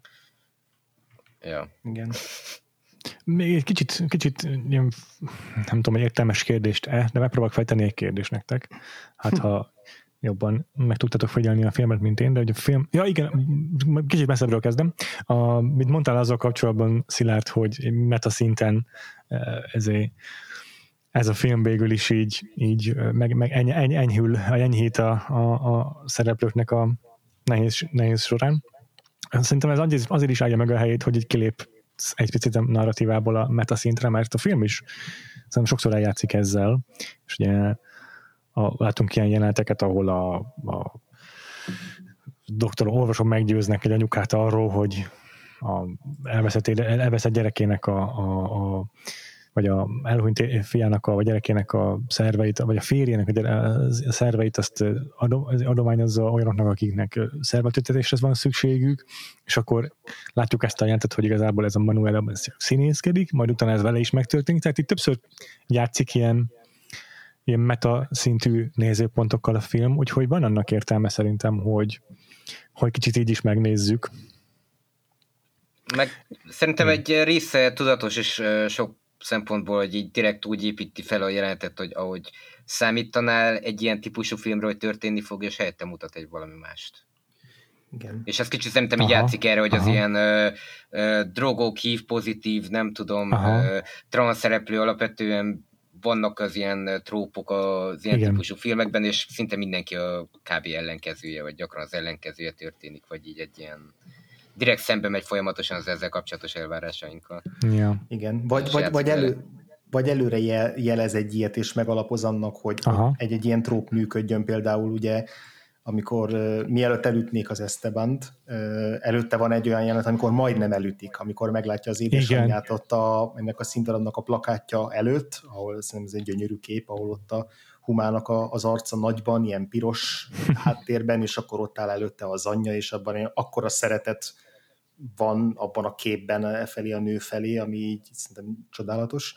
igen. Még egy kicsit ilyen, nem tudom, egy értelmes kérdést, de megpróbálok fejteni egy kérdést nektek. Hát ha jobban meg tudtatok figyelni a filmet, mint én, de hogy a film... Ja igen, kicsit messzebbről kezdem. Mit mondtál azzal kapcsolatban, Szilárd, hogy metaszinten ez a film végül is így meg enyhít a szereplőknek a nehéz során. Szerintem ez azért is állja meg a helyét, hogy így kilép egy picit a narratívából a metaszintre, mert a film is szerintem sokszor eljátszik ezzel, és ugye látunk ilyen jeleneteket, ahol a orvosok meggyőznek egy anyukát arról, hogy elveszett gyerekének a vagy a elhunyt fiának, vagy gyerekének a szerveit, vagy a férjének a szerveit azt adományozza olyanoknak, akiknek szervetetésre van szükségük, és akkor látjuk ezt a jelentet, hogy igazából ez a Manuela színészkedik, majd utána ez vele is megtörténik, tehát itt többször játszik ilyen meta szintű nézőpontokkal a film, úgyhogy van annak értelme szerintem, hogy kicsit így is megnézzük. Meg szerintem egy része tudatos és sok szempontból, hogy így direkt úgy építi fel a jelenetet, hogy ahogy számítanál egy ilyen típusú filmről, hogy történni fog, és helyette mutat egy valami mást. Igen. És ez kicsit szerintem így játszik erre, hogy az ilyen drogok, hív pozitív, nem tudom, transzszereplő alapvetően vannak az ilyen trópok az ilyen típusú filmekben, és szinte mindenki a kb. Ellenkezője, vagy gyakran az ellenkezője történik, vagy így egy ilyen direkt szembe megy folyamatosan az ezzel kapcsolatos elvárásainkkal. Ja. Igen, vagy előre jelez egy ilyet, és megalapoz annak, hogy egy ilyen tróp működjön, például ugye, amikor mielőtt elütnék az Estebant, előtte van egy olyan jelenet, amikor majdnem elütik, amikor meglátja az édesanyját ott ennek a színdarabnak a plakátja előtt, ahol szerintem ez egy gyönyörű kép, ahol ott a Humának az arca nagyban, ilyen piros háttérben, és akkor ott áll előtte az anyja, és abban akkora szeretet van abban a képben felé a nő felé, ami így szerintem csodálatos.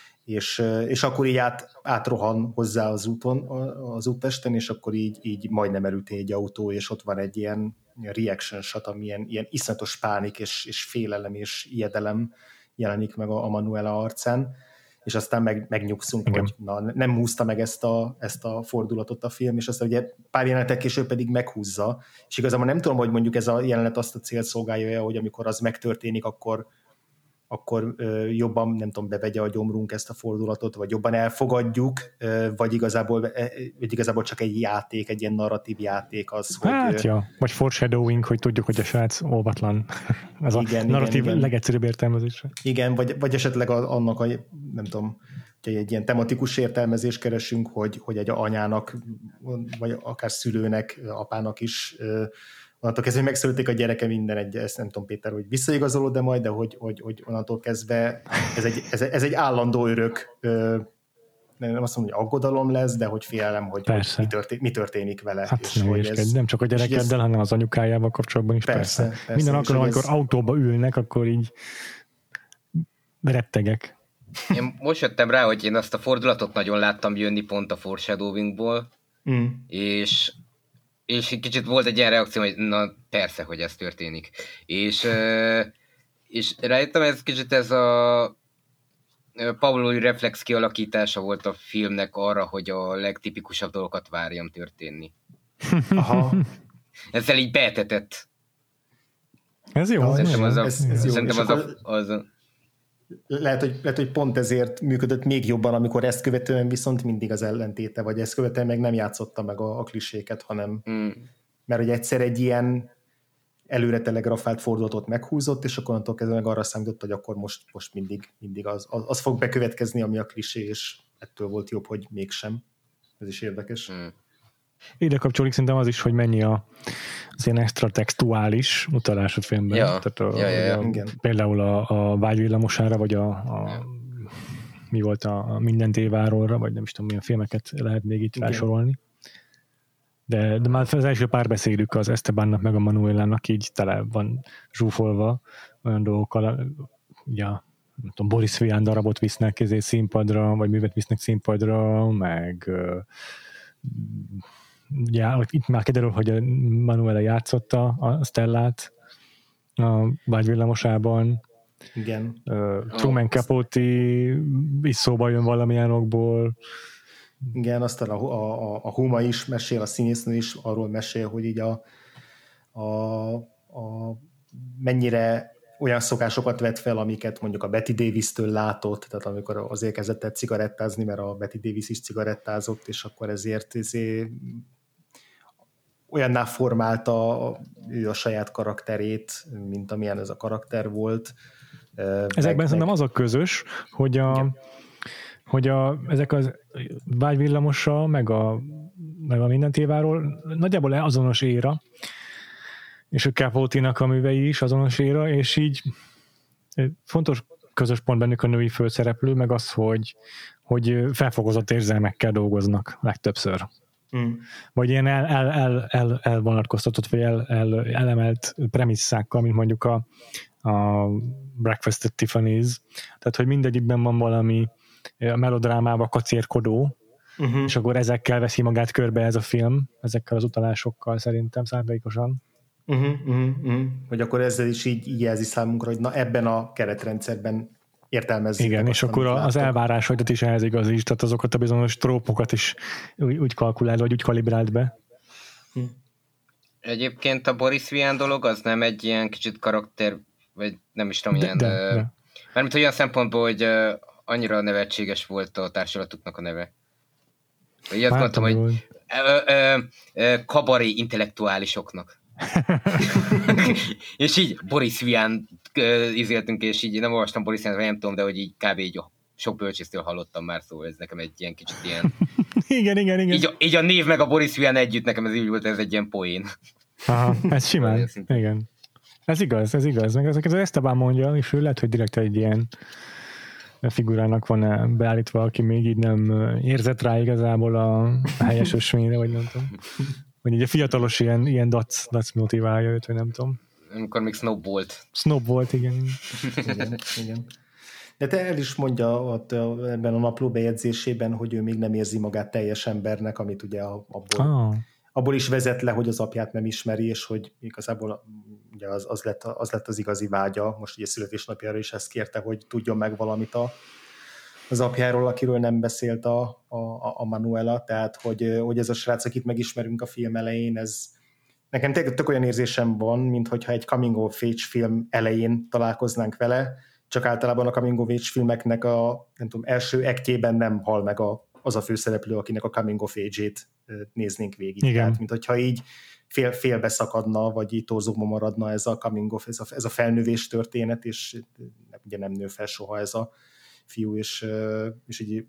És akkor így átrohan hozzá az úttesten, és akkor így majdnem elüti egy autó, és ott van egy ilyen reaction shot, ami ilyen iszonyatos pánik, és félelem, és ijedelem jelenik meg a Manuela arcán, és aztán megnyugszunk, hogy nem húzta meg ezt a fordulatot a film, és aztán ugye pár jelenetek később pedig meghúzza, és igazából nem tudom, hogy mondjuk ez a jelenet azt a célt szolgálja, hogy amikor az megtörténik, akkor jobban, nem tudom, bevegye a gyomrunk ezt a fordulatot, vagy jobban elfogadjuk, vagy igazából csak egy játék, egy ilyen narratív játék az, hogy... vagy foreshadowing, hogy tudjuk, hogy a srác óvatlan. Ez a narratív legegyszerűbb értelmezésre. Igen, vagy esetleg annak a, nem tudom, hogy egy ilyen tematikus értelmezést keresünk, hogy egy anyának, vagy akár szülőnek, apának is onnantól kezdve megszületik a gyereke minden ezt nem tudom, Péter, hogy visszaigazolod, de hogy onnantól kezdve ez egy állandó örök, nem azt mondom, hogy aggodalom lesz, de hogy félelem, hogy mi történik vele. Hát és hogy nem csak a gyerekeddel, hanem az anyukájával kapcsolatban is persze. Minden alkalommal, amikor autóba ülnek, akkor így rettegek. Én most jöttem rá, hogy én azt a fordulatot nagyon láttam jönni pont a foreshadowingból, és kicsit volt egy ilyen reakció, hogy na persze, hogy ez történik. És rájöttem, ez a Pavlovi reflex kialakítása volt a filmnek arra, hogy a legtipikusabb dolgokat várjam történni. Aha. Ezzel így beetetett. Ez jó. Szerintem az Lehet, hogy pont ezért működött még jobban, amikor ezt követően viszont mindig az ellentéte, vagy ezt követően meg nem játszotta meg a kliséket, hanem mert hogy egyszer egy ilyen előre telegrafált fordulatot meghúzott, és akkor onnantól kezdve meg arra számított, hogy akkor most mindig az fog bekövetkezni, ami a klisé, és ettől volt jobb, hogy mégsem. Ez is érdekes. Ide kapcsolódik szerintem az is, hogy mennyi az ilyen extra textuális utalás a filmben. Ja. Tehát például a vágyvillamosára, vagy mi volt a Mindent Éváról, vagy nem is tudom, milyen filmeket lehet még itt felsorolni. De már az első párbeszédük az Estebannak meg a Manuelának így tele van zsúfolva olyan dolgokkal, ugye, nem tudom, Boris Vian darabot visznek színpadra, vagy művet visznek színpadra, meg ugye, itt már kiderül, hogy Manuela játszotta a Stellát a vágyvillamosában. Igen. Truman Capote is szóba jön valamilyen okból. Igen, aztán a Huma is mesél, a színésznő is arról mesél, hogy így a mennyire olyan szokásokat vett fel, amiket mondjuk a Betty Davis-től látott, tehát amikor azért kezdett el cigarettázni, mert a Betty Davis is cigarettázott, és akkor ezért olyanná formálta ő a saját karakterét, mint amilyen ez a karakter volt. Ezekben szerintem az a közös, hogy ezek az vágyvillamosa, meg a Mindent Éváról nagyjából azonos éra, és a Capote-nak a művei is azonos éra, és így fontos közös pont bennük a női főszereplő, meg az, hogy felfokozott érzelmekkel dolgoznak legtöbbször. Vagy ilyen elvonatkoztatott, vagy elemelt premisszákkal, mint mondjuk a Breakfast at Tiffany's. Tehát, hogy mindegyikben van valami a melodrámával kacérkodó, és akkor ezekkel veszi magát körbe ez a film, ezekkel az utalásokkal szerintem szándékosan. Hogy akkor ezzel is így jelzi számunkra, hogy na ebben a keretrendszerben értelmezzük. Igen, és akkor az elvárásaidat is ehhez igazítsd, tehát azokat a bizonyos trópokat is úgy kalkulál, vagy úgy kalibrált be. Egyébként a Boris Vian dolog az nem egy ilyen kicsit karakter, vagy nem is tudom, ilyen... Mármint olyan szempontból, hogy annyira nevetséges volt a társulatuknak a neve. Így azt mondtam, hogy kabaré intellektuálisoknak. És így Boris Vian izéltünk, és így nem olvastam Boris Vian, nem tudom, de hogy így kb. Így sok bölcsésztől hallottam már, szóval ez nekem egy ilyen kicsit ilyen... Igen. Így a név meg a Boris Vian együtt, nekem ez így volt, ez egy ilyen poén. Aha, ez simán, igen. Ez igaz. Meg ezeket az Esteban mondja, és ő lehet, hogy direkt egy ilyen figurának van beállítva, aki még így nem érzett rá igazából a helyes ösvényre, vagy nem tudom. Vagy így a fiatalos ilyen dac motiválja őt, vagy nem tudom. Amikor még Snob volt. Snob volt, igen. igen. De te el is mondja ott, ebben a napló bejegyzésében, hogy ő még nem érzi magát teljes embernek, amit ugye abból is vezet le, hogy az apját nem ismeri, és hogy igazából ugye az lett az igazi vágya. Most ugye születésnapjára is ezt kérte, hogy tudjon meg valamit az apjáról, akiről nem beszélt a Manuela, tehát hogy ez a srác, akit megismerünk a film elején, ez nekem tök olyan érzésem van, minthogyha egy coming of age film elején találkoznánk vele, csak általában a coming of age filmeknek a nem tudom, első ektjében nem hal meg az a főszereplő, akinek a coming of age-ét néznénk végig. Igen. Tehát, minthogyha így félbe szakadna, vagy így torzókban maradna ez a coming of, ez a felnővés történet, és ugye nem nő fel soha ez a fiú, és így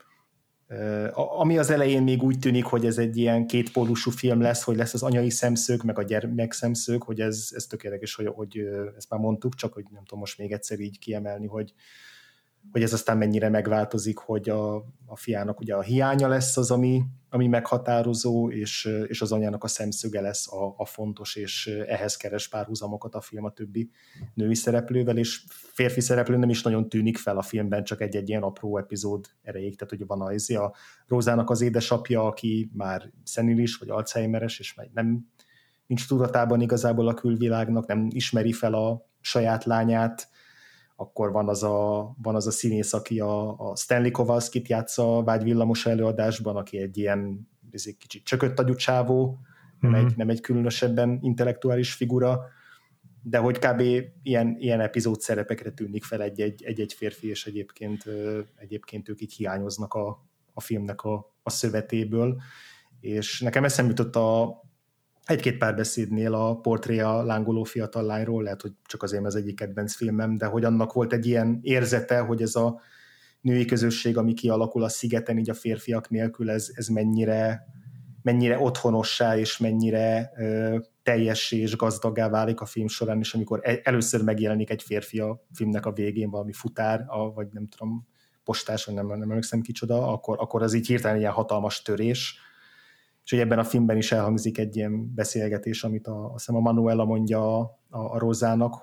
ami az elején még úgy tűnik, hogy ez egy ilyen kétpólusú film lesz, hogy lesz az anyai szemszög, meg a gyermek szemszög, hogy ez tökéletes, hogy ezt már mondtuk, csak hogy nem tudom most még egyszer így kiemelni, hogy ez aztán mennyire megváltozik, hogy a fiának ugye a hiánya lesz az, ami meghatározó, és az anyának a szemszöge lesz a fontos, és ehhez keres párhuzamokat a film a többi női szereplővel, és férfi szereplő nem is nagyon tűnik fel a filmben, csak egy ilyen apró epizód erejéig, tehát ugye van a Rózának az édesapja, aki már szenilis, vagy alzheimeres, és nincs tudatában igazából a külvilágnak, nem ismeri fel a saját lányát, akkor van az a színész, aki a Stanley Kowalskit játsza a Vágyvillamos előadásban, aki egy ilyen kicsit csökött agyú csávó, nem egy különösebben intellektuális figura, de hogy kb. ilyen epizód szerepekre tűnik fel egy férfi, és egyébként ők így hiányoznak a filmnek a szövetéből. És nekem eszembe jutott egy-két párbeszédnél a Portré a lángoló fiatal lányról, lehet, hogy csak azért az egyik kedvenc filmem, de hogy annak volt egy ilyen érzete, hogy ez a női közösség, ami kialakul a szigeten, így a férfiak nélkül, ez mennyire otthonossá, és mennyire teljessé és gazdaggá válik a film során, és amikor először megjelenik egy férfi a filmnek a végén, valami futár, vagy nem tudom, postás, vagy nem emlékszem kicsoda, akkor az így hirtelen ilyen hatalmas törés. És hogy ebben a filmben is elhangzik egy ilyen beszélgetés, amit azt hiszem a Manuela mondja a Rózának,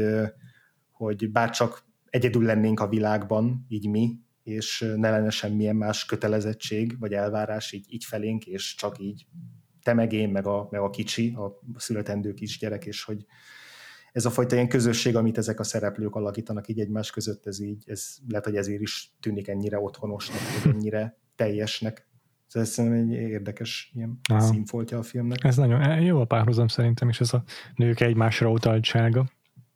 hogy bárcsak egyedül lennénk a világban, így mi, és ne lenne semmilyen más kötelezettség, vagy elvárás így felénk, és csak így te meg én, meg a kicsi, a születendő kisgyerek, és hogy ez a fajta ilyen közösség, amit ezek a szereplők alakítanak így egymás között, ez lehet, hogy ezért is tűnik ennyire otthonosnak, vagy ennyire teljesnek. Ez szerintem egy érdekes ilyen színfoltja a filmnek. Ez nagyon jó a párhuzam szerintem, és ez a nők egymásra utaltsága.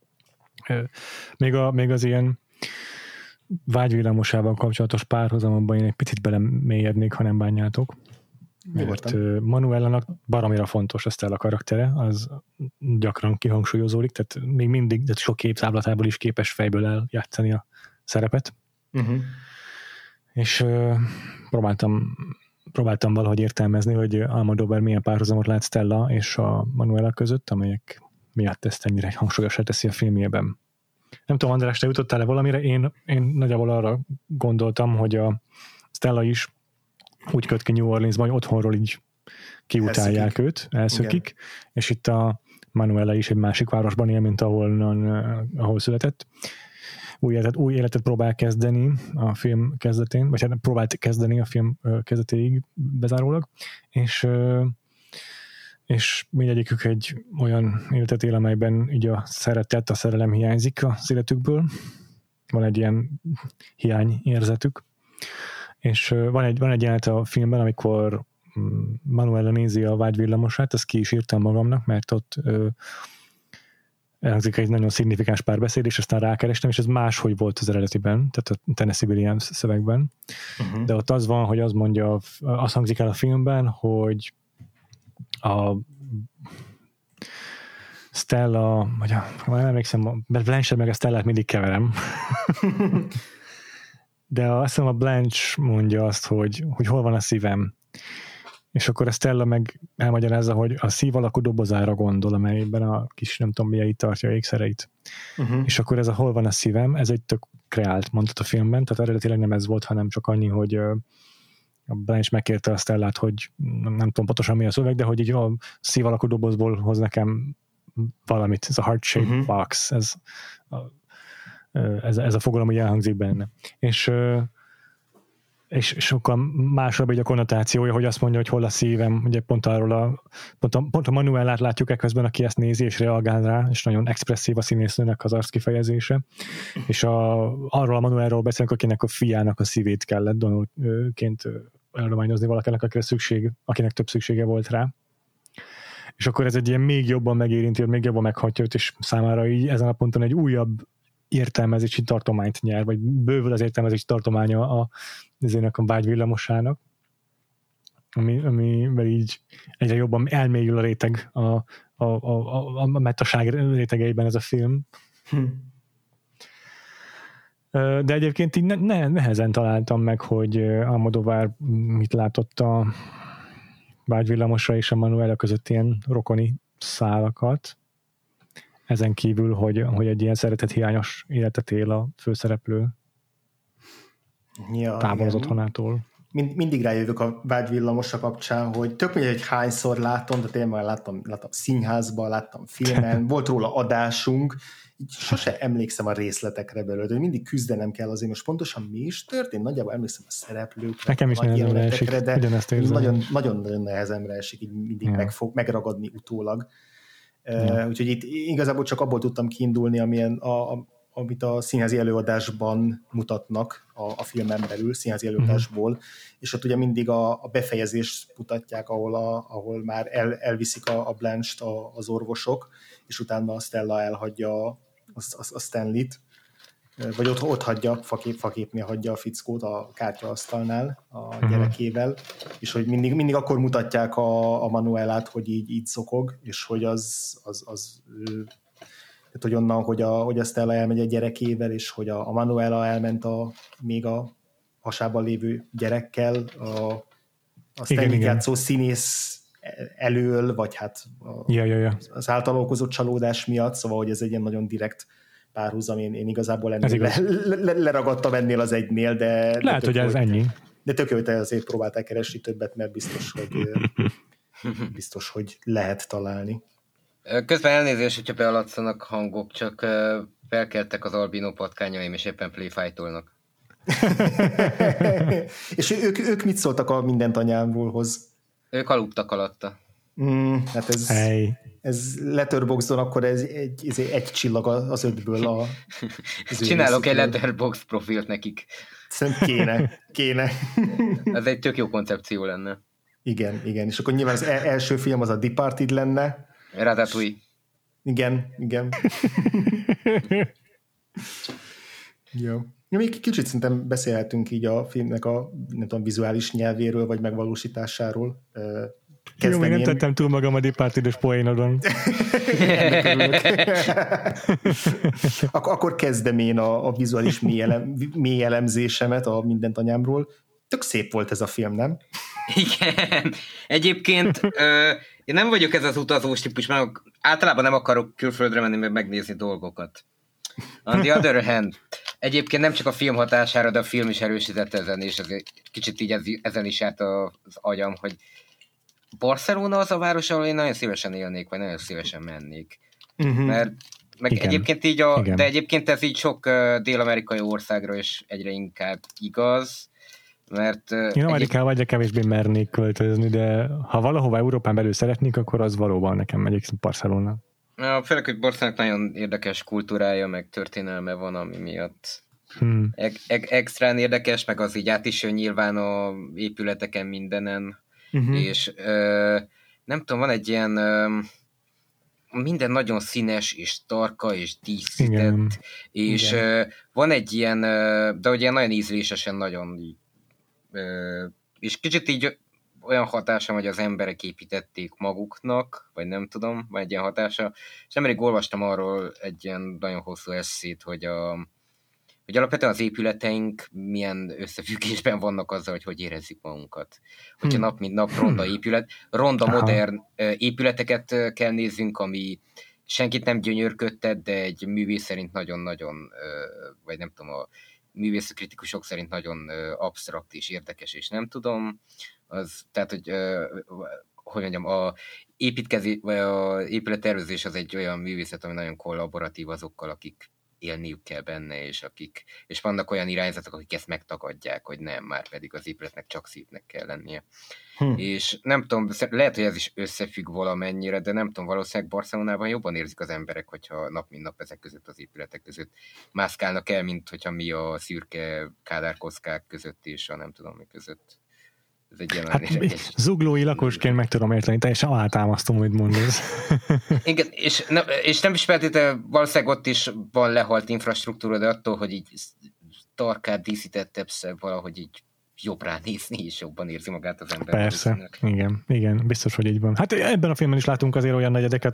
Még az ilyen vágyvillamosával kapcsolatos párhuzamokban én egy picit belemélyednék, ha nem bánjátok. Mert Manuelának baromira fontos a Stella karaktere, az gyakran kihangsúlyozódik, tehát még mindig, de sok képtáblatából is képes fejből eljátszani a szerepet. És próbáltam valahogy értelmezni, hogy Almodovar milyen párhuzamot lát Stella és a Manuela között, amelyek miatt ezt ennyire hangsúlyosá teszi a filmjében. Nem tudom, András, te jutottál-e valamire? Én nagyjából arra gondoltam, hogy a Stella is úgy köt ki New Orleansba, hogy otthonról így kiutálják őt, elszökik, igen. És itt a Manuela is egy másik városban él, mint ahol született. Új életet próbál kezdeni a film kezdetén, vagy hát próbált kezdeni a film kezdetéig bezárólag, és mindegyikük egy olyan életet él, amelyben így a szerelem hiányzik az életükből. Van egy ilyen hiányérzetük. És van egy jelenet a filmben, amikor Manuela nézi a vágyvillamosát, ezt ki is írtam magamnak, mert ott elhangzik egy nagyon szignifikáns párbeszéd, és aztán rákerestem, és ez máshogy volt az eredetiben, tehát a Tennessee Williams szövegben. Uh-huh. De ott az van, hogy az mondja, azt hangzik el a filmben, hogy a Stella, vagy nem emlékszem, Blanche meg a Stellát mindig keverem. De azt hiszem a Blanche mondja azt, hogy hol van a szívem. És akkor a Stella meg elmagyarázza, hogy a szív alakú dobozára gondol, amelyben a kis nem tudom milyeit tartja, ékszereit. Uh-huh. És akkor ez a hol van a szívem, ez egy tök kreált mondat a filmben, tehát eredetileg nem ez volt, hanem csak annyi, hogy a Blanche megkérte a Stellát, hogy nem tudom pontosan mi a szöveg, de hogy így a szív alakú dobozból hoz nekem valamit, ez a heart-shaped box, ez a fogalom, hogy elhangzik benne. És sokkal másabb így a konnotációja, hogy azt mondja, hogy hol a szívem, ugye pont a Manuelát látjuk ekközben, aki ezt nézi és reagál rá, és nagyon expresszív a színésznőnek az arckifejezése, és arról a Manuelról beszélünk, akinek a fiának a szívét kellett donorként eladományozni valakinek, akinek több szüksége volt rá. És akkor ez egy ilyen még jobban megérinti, még jobban meghatja őt, és számára így ezen a ponton egy újabb értelmezési tartományt nyer, vagy bővül az értelmezési tartománya a vágyvillamosának, amivel így egyre jobban elmélyül a réteg, a metaság rétegeiben ez a film. De egyébként így nehezen találtam meg, hogy Almodóvar mit látott a Vágyvillamosra és a Manuela között ilyen rokoni szálakat. Ezen kívül, hogy egy ilyen szeretethiányos életet él a főszereplő, távol az otthonától. Mindig rájövök a Vágyvillamosra kapcsán, hogy tök mindegy, hogy hányszor látom, de tényleg láttam színházban, láttam filmen, volt róla adásunk, így sose emlékszem a részletekre belőle, de mindig küzdenem kell azért, most pontosan mi is történt, nagyjából emlékszem a szereplőkre, nekem is nehezemre esik, nagyon nehezemre esik, így mindig megragadni utólag. Úgyhogy itt igazából csak abból tudtam kiindulni, amit a színházi előadásban mutatnak a filmen belül, színházi előadásból, és ott ugye mindig a befejezést mutatják, ahol már elviszik a Blanche-t az orvosok, és utána a Stella elhagyja a Stanley-t, vagy ott hagyja, faképnél hagyja a fickót a kártyaasztalnál a gyerekével, és hogy mindig akkor mutatják a Manuelát, hogy így szokog, és hogy tehát, hogy onnan, hogy a Stella elmegy a gyerekével, és hogy a Manuela elment még a hasában lévő gyerekkel, a Stanley játszó színész elől, vagy hát az által okozott csalódás miatt, szóval, hogy ez egy ilyen nagyon direkt párhuzam, én igazából ennél leragadtam ennél az egynél, de lehet, hogy ez ennyi. De tök jó, hogy te azért próbáltál keresni többet, mert biztos, hogy lehet találni. Közben elnézést, hogyha bealatszanak hangok, csak felkeltek az albino patkányaim, és éppen playfight-olnak. És ők mit szóltak a Mindent anyámrólhoz? Ők aludtak alatta. Hát ez Letterboxdon akkor ez egy csillag az 5-ből. Csinálok egy Letterboxd profilt nekik. Szerintem kéne. Ez egy tök jó koncepció lenne. Igen, és akkor nyilván az első film az a Departed lenne. Ratatouille. Igen. Jó. Még kicsit szerintem beszélhetünk így a filmnek a nem tudom, vizuális nyelvéről, vagy megvalósításáról. Jó, még nem tettem túl magam a Departed-ös poénodon. Akkor kezdem én a vizuális mély elemzésemet a Mindent anyámról. Tök szép volt ez a film, nem? Igen. Egyébként én nem vagyok ez az utazós típus, mert általában nem akarok külföldre menni, meg megnézni dolgokat. On the other hand, egyébként nem csak a film hatására, de a film is erősített ezen, és ezért kicsit így ezen is járt az agyam, hogy Barcelona az a város, ahol én nagyon szívesen élnék, vagy nagyon szívesen mennék. Mert meg igen, egyébként így de egyébként ez így sok dél-amerikai országra is egyre inkább igaz, mert... Én Amerikában egyre kevésbé mernék költözni, de ha valahova Európán belül szeretnék, akkor az valóban nekem megyik Barcelona. Főleg, hogy Barcelonának nagyon érdekes kultúrája, meg történelme van, ami miatt extrán érdekes, meg az így át is jön nyilván a épületeken mindenen, és nem tudom, van egy ilyen minden nagyon színes, és tarka, és díszített, és van egy ilyen, de ugye nagyon ízlésesen, nagyon és kicsit így olyan hatása, hogy az emberek építették maguknak, vagy nem tudom, vagy egy ilyen hatása, és nemrég olvastam arról egy ilyen nagyon hosszú esszét, hogy alapvetően az épületeink milyen összefüggésben vannak azzal, hogy érezzük magunkat. Hogyha nap mint nap ronda modern épületeket kell nézzünk, ami senkit nem gyönyörködtet, de egy művész szerint nagyon-nagyon, vagy nem tudom, a művészkritikusok szerint nagyon absztrakt és érdekes, és nem tudom, tehát, hogy mondjam, a építkezés, vagy a épülettervezés az egy olyan művészet, ami nagyon kollaboratív azokkal, akik élniük kell benne, és vannak olyan irányzatok, akik ezt megtagadják, hogy nem, már pedig az épületnek csak szépnek kell lennie. És nem tudom, lehet, hogy ez is összefügg valamennyire, de nem tudom, valószínűleg Barcelonában jobban érzik az emberek, hogyha nap mint nap ezek között az épületek között mászkálnak el, mint hogyha mi a szürke kádárkockák között és a nem tudom mi között. Ez egy zuglói lakosként meg tudom érteni, teljesen alátámasztom, hogy mondasz. Igen, és nem is feltétlenül, valószínűleg ott is van lehalt infrastruktúra, de attól, hogy így tarkább, díszítettebb, valahogy így jobb ránézni, és jobban érzi magát az ember. Persze, igen, biztos, hogy így van. Hát ebben a filmben is látunk azért olyan negyedeket,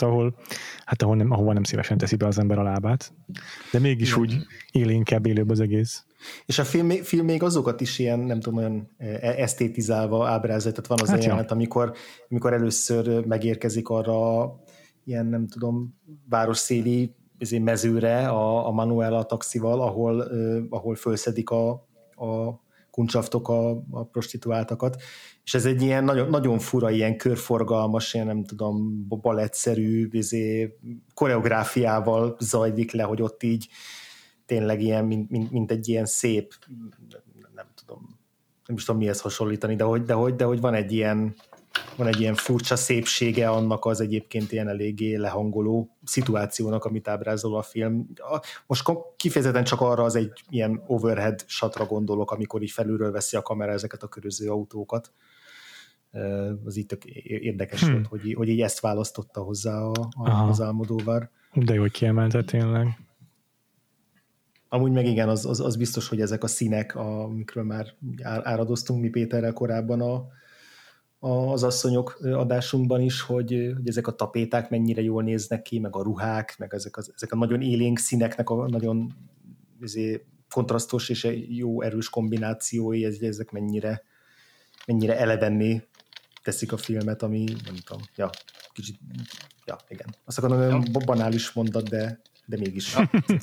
ahova nem szívesen teszi be az ember a lábát, de mégis úgy élénkebb, élőbb az egész. És a film még azokat is ilyen, nem tudom, olyan esztétizálva ábrázolja, tehát van az jelenet, amikor először megérkezik arra ilyen, nem tudom, városszéli mezőre a Manuela taxival, ahol fölszedik a kuncsaftok a prostituáltakat, és ez egy ilyen nagyon, nagyon fura, ilyen körforgalmas, ilyen nem tudom, balettszerű koreográfiával zajlik le, hogy ott így tényleg ilyen, mint egy ilyen szép, nem is tudom mihez hasonlítani, de hogy van egy ilyen furcsa szépsége annak az egyébként ilyen eléggé lehangoló szituációnak, amit ábrázol a film. Most kifejezetten csak arra az egy ilyen overhead shatra gondolok, amikor így felülről veszi a kamera ezeket a köröző autókat. Az így tök érdekes volt, hogy így ezt választotta hozzá az Almodóvar. De jó, hogy kiemelte tényleg. Amúgy meg igen, az biztos, hogy ezek a színek, amikről már áradoztunk mi Péterrel korábban az asszonyok adásunkban is, hogy ezek a tapéták mennyire jól néznek ki, meg a ruhák, meg ezek a nagyon élénk színeknek a nagyon kontrasztos és jó erős kombinációi, ezek mennyire elevenné teszik a filmet, ami nem tudom, kicsit, igen. Azt akarom, nagyon banális mondat, de mégis.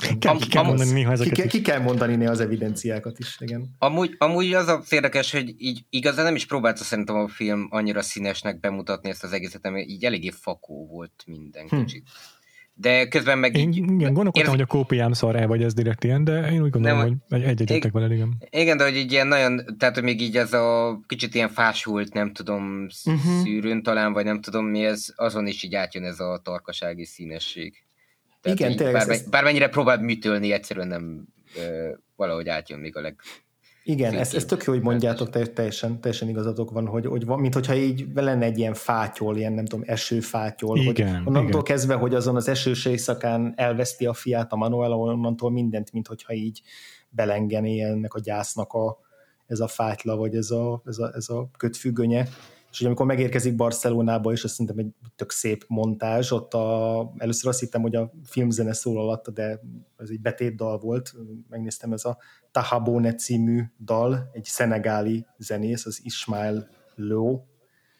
Ki kell mondani néha az evidenciákat is, igen. Amúgy az az érdekes, hogy így igazán nem is próbálta szerintem a film annyira színesnek bemutatni ezt az egészet, mert így eléggé fakó volt minden kicsit. De közben meg így... Igen, gondolkodtam, hogy a kópiám szar vagy ez direkt ilyen, de én úgy gondolom, hogy egy-egyettek vele, igen. Igen, de hogy így ilyen nagyon, tehát hogy még így ez a kicsit ilyen fásult, nem tudom, szűrőn talán, vagy nem tudom mi ez, azon is így átjön ez a tarkasági színesség. Tehát igen, tényleg bármennyire próbál műtölni, egyszerűen nem valahogy átjön még a igen, ez tök jó, hogy mondjátok, teljesen igazatok van, hogy van, mint hogyha így lenne egy ilyen fátyol, ilyen nem tudom, esőfátyol, igen, hogy onnantól kezdve, hogy azon az esős éjszakán elveszti a fiát a Manuela, onnantól mindent, mint hogyha így belengené ennek a gyásznak ez a fátyla, vagy ez a kötfüggönye. És hogy amikor megérkezik Barcelonába, és azt szerintem egy tök szép montázs, ott először azt hittem, hogy a filmzene szól alatta, de ez egy betétdal volt, megnéztem, ez a Tahabone című dal, egy szenegáli zenész, az Ismael Lo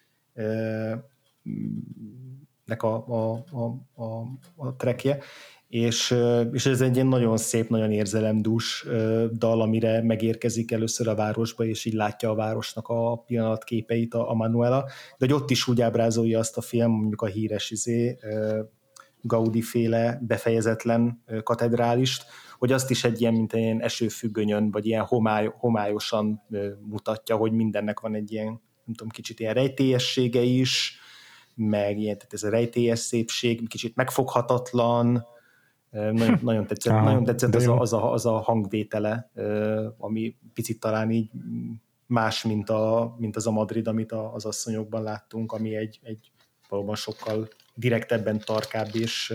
nek a trackje, és ez egy ilyen nagyon szép, nagyon érzelemdús dal, amire megérkezik először a városba, és így látja a városnak a pillanatképeit a Manuela, de hogy ott is úgy ábrázolja azt a film, mondjuk a híres Gaudi-féle befejezetlen katedrálist, hogy azt is egy ilyen, mint egy ilyen esőfüggönyön, vagy ilyen homályosan mutatja, hogy mindennek van egy ilyen, nem tudom, kicsit ilyen rejtélyessége is, meg ilyen, tehát ez a rejtélyes szépség, kicsit megfoghatatlan, nagyon tetszett az a hangvétele, ami picit talán így más, mint az a Madrid, amit az asszonyokban láttunk, ami egy valóban sokkal direktebben tarkább és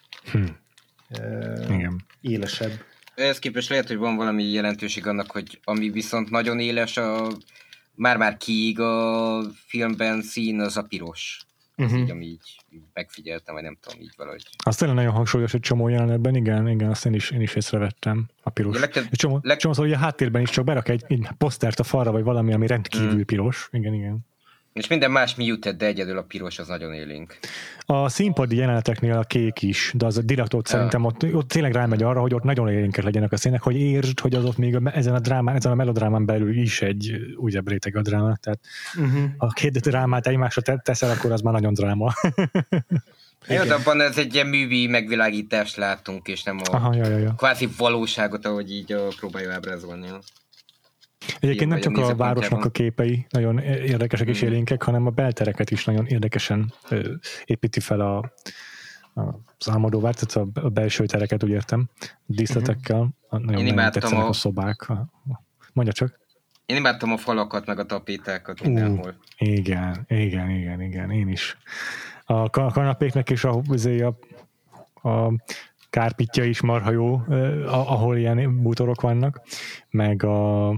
élesebb. Ehhez képest lehet, hogy van valami jelentőség annak, hogy ami viszont nagyon éles, már kiég a filmben szín, az a piros. Így, ami így megfigyeltem, vagy nem tudom, így valahogy. Az tényleg nagyon hangsúlyos egy csomó jelenetben, igen, azt én is észrevettem, a piros. Csomószor ugye a háttérben is csak berak egy posztert a falra, vagy valami, ami rendkívül piros. Igen. És minden más muted, de egyedül a piros az nagyon élénk. A színpadi jeleneteknél a kék is, de az direkt ott szerintem ott tényleg rámegy arra, hogy ott nagyon élénkek legyenek a színek, hogy értsd, hogy az ott még ezen a melodrámán belül is egy újabb réteg a dráma. Tehát ha két drámát egymásra teszel, akkor az már nagyon dráma. Jó, de abban ez egy ilyen művi megvilágítást látunk, és nem a kvázi valóságot, ahogy így próbálja ábrázolni. Egyébként nem csak a városnak a képei nagyon érdekesek és élénkek, hanem a beltereket is nagyon érdekesen építi fel az Almodóvár, tehát a belső tereket, úgy értem, díszletekkel. Nagyon tetszenek a szobák. Mondja csak. Én imádtam a falakat, meg a tapétákat mindenhol. Igen, én is. A kanapéknek is a kárpitja is marha jó, ahol ilyen bútorok vannak, meg a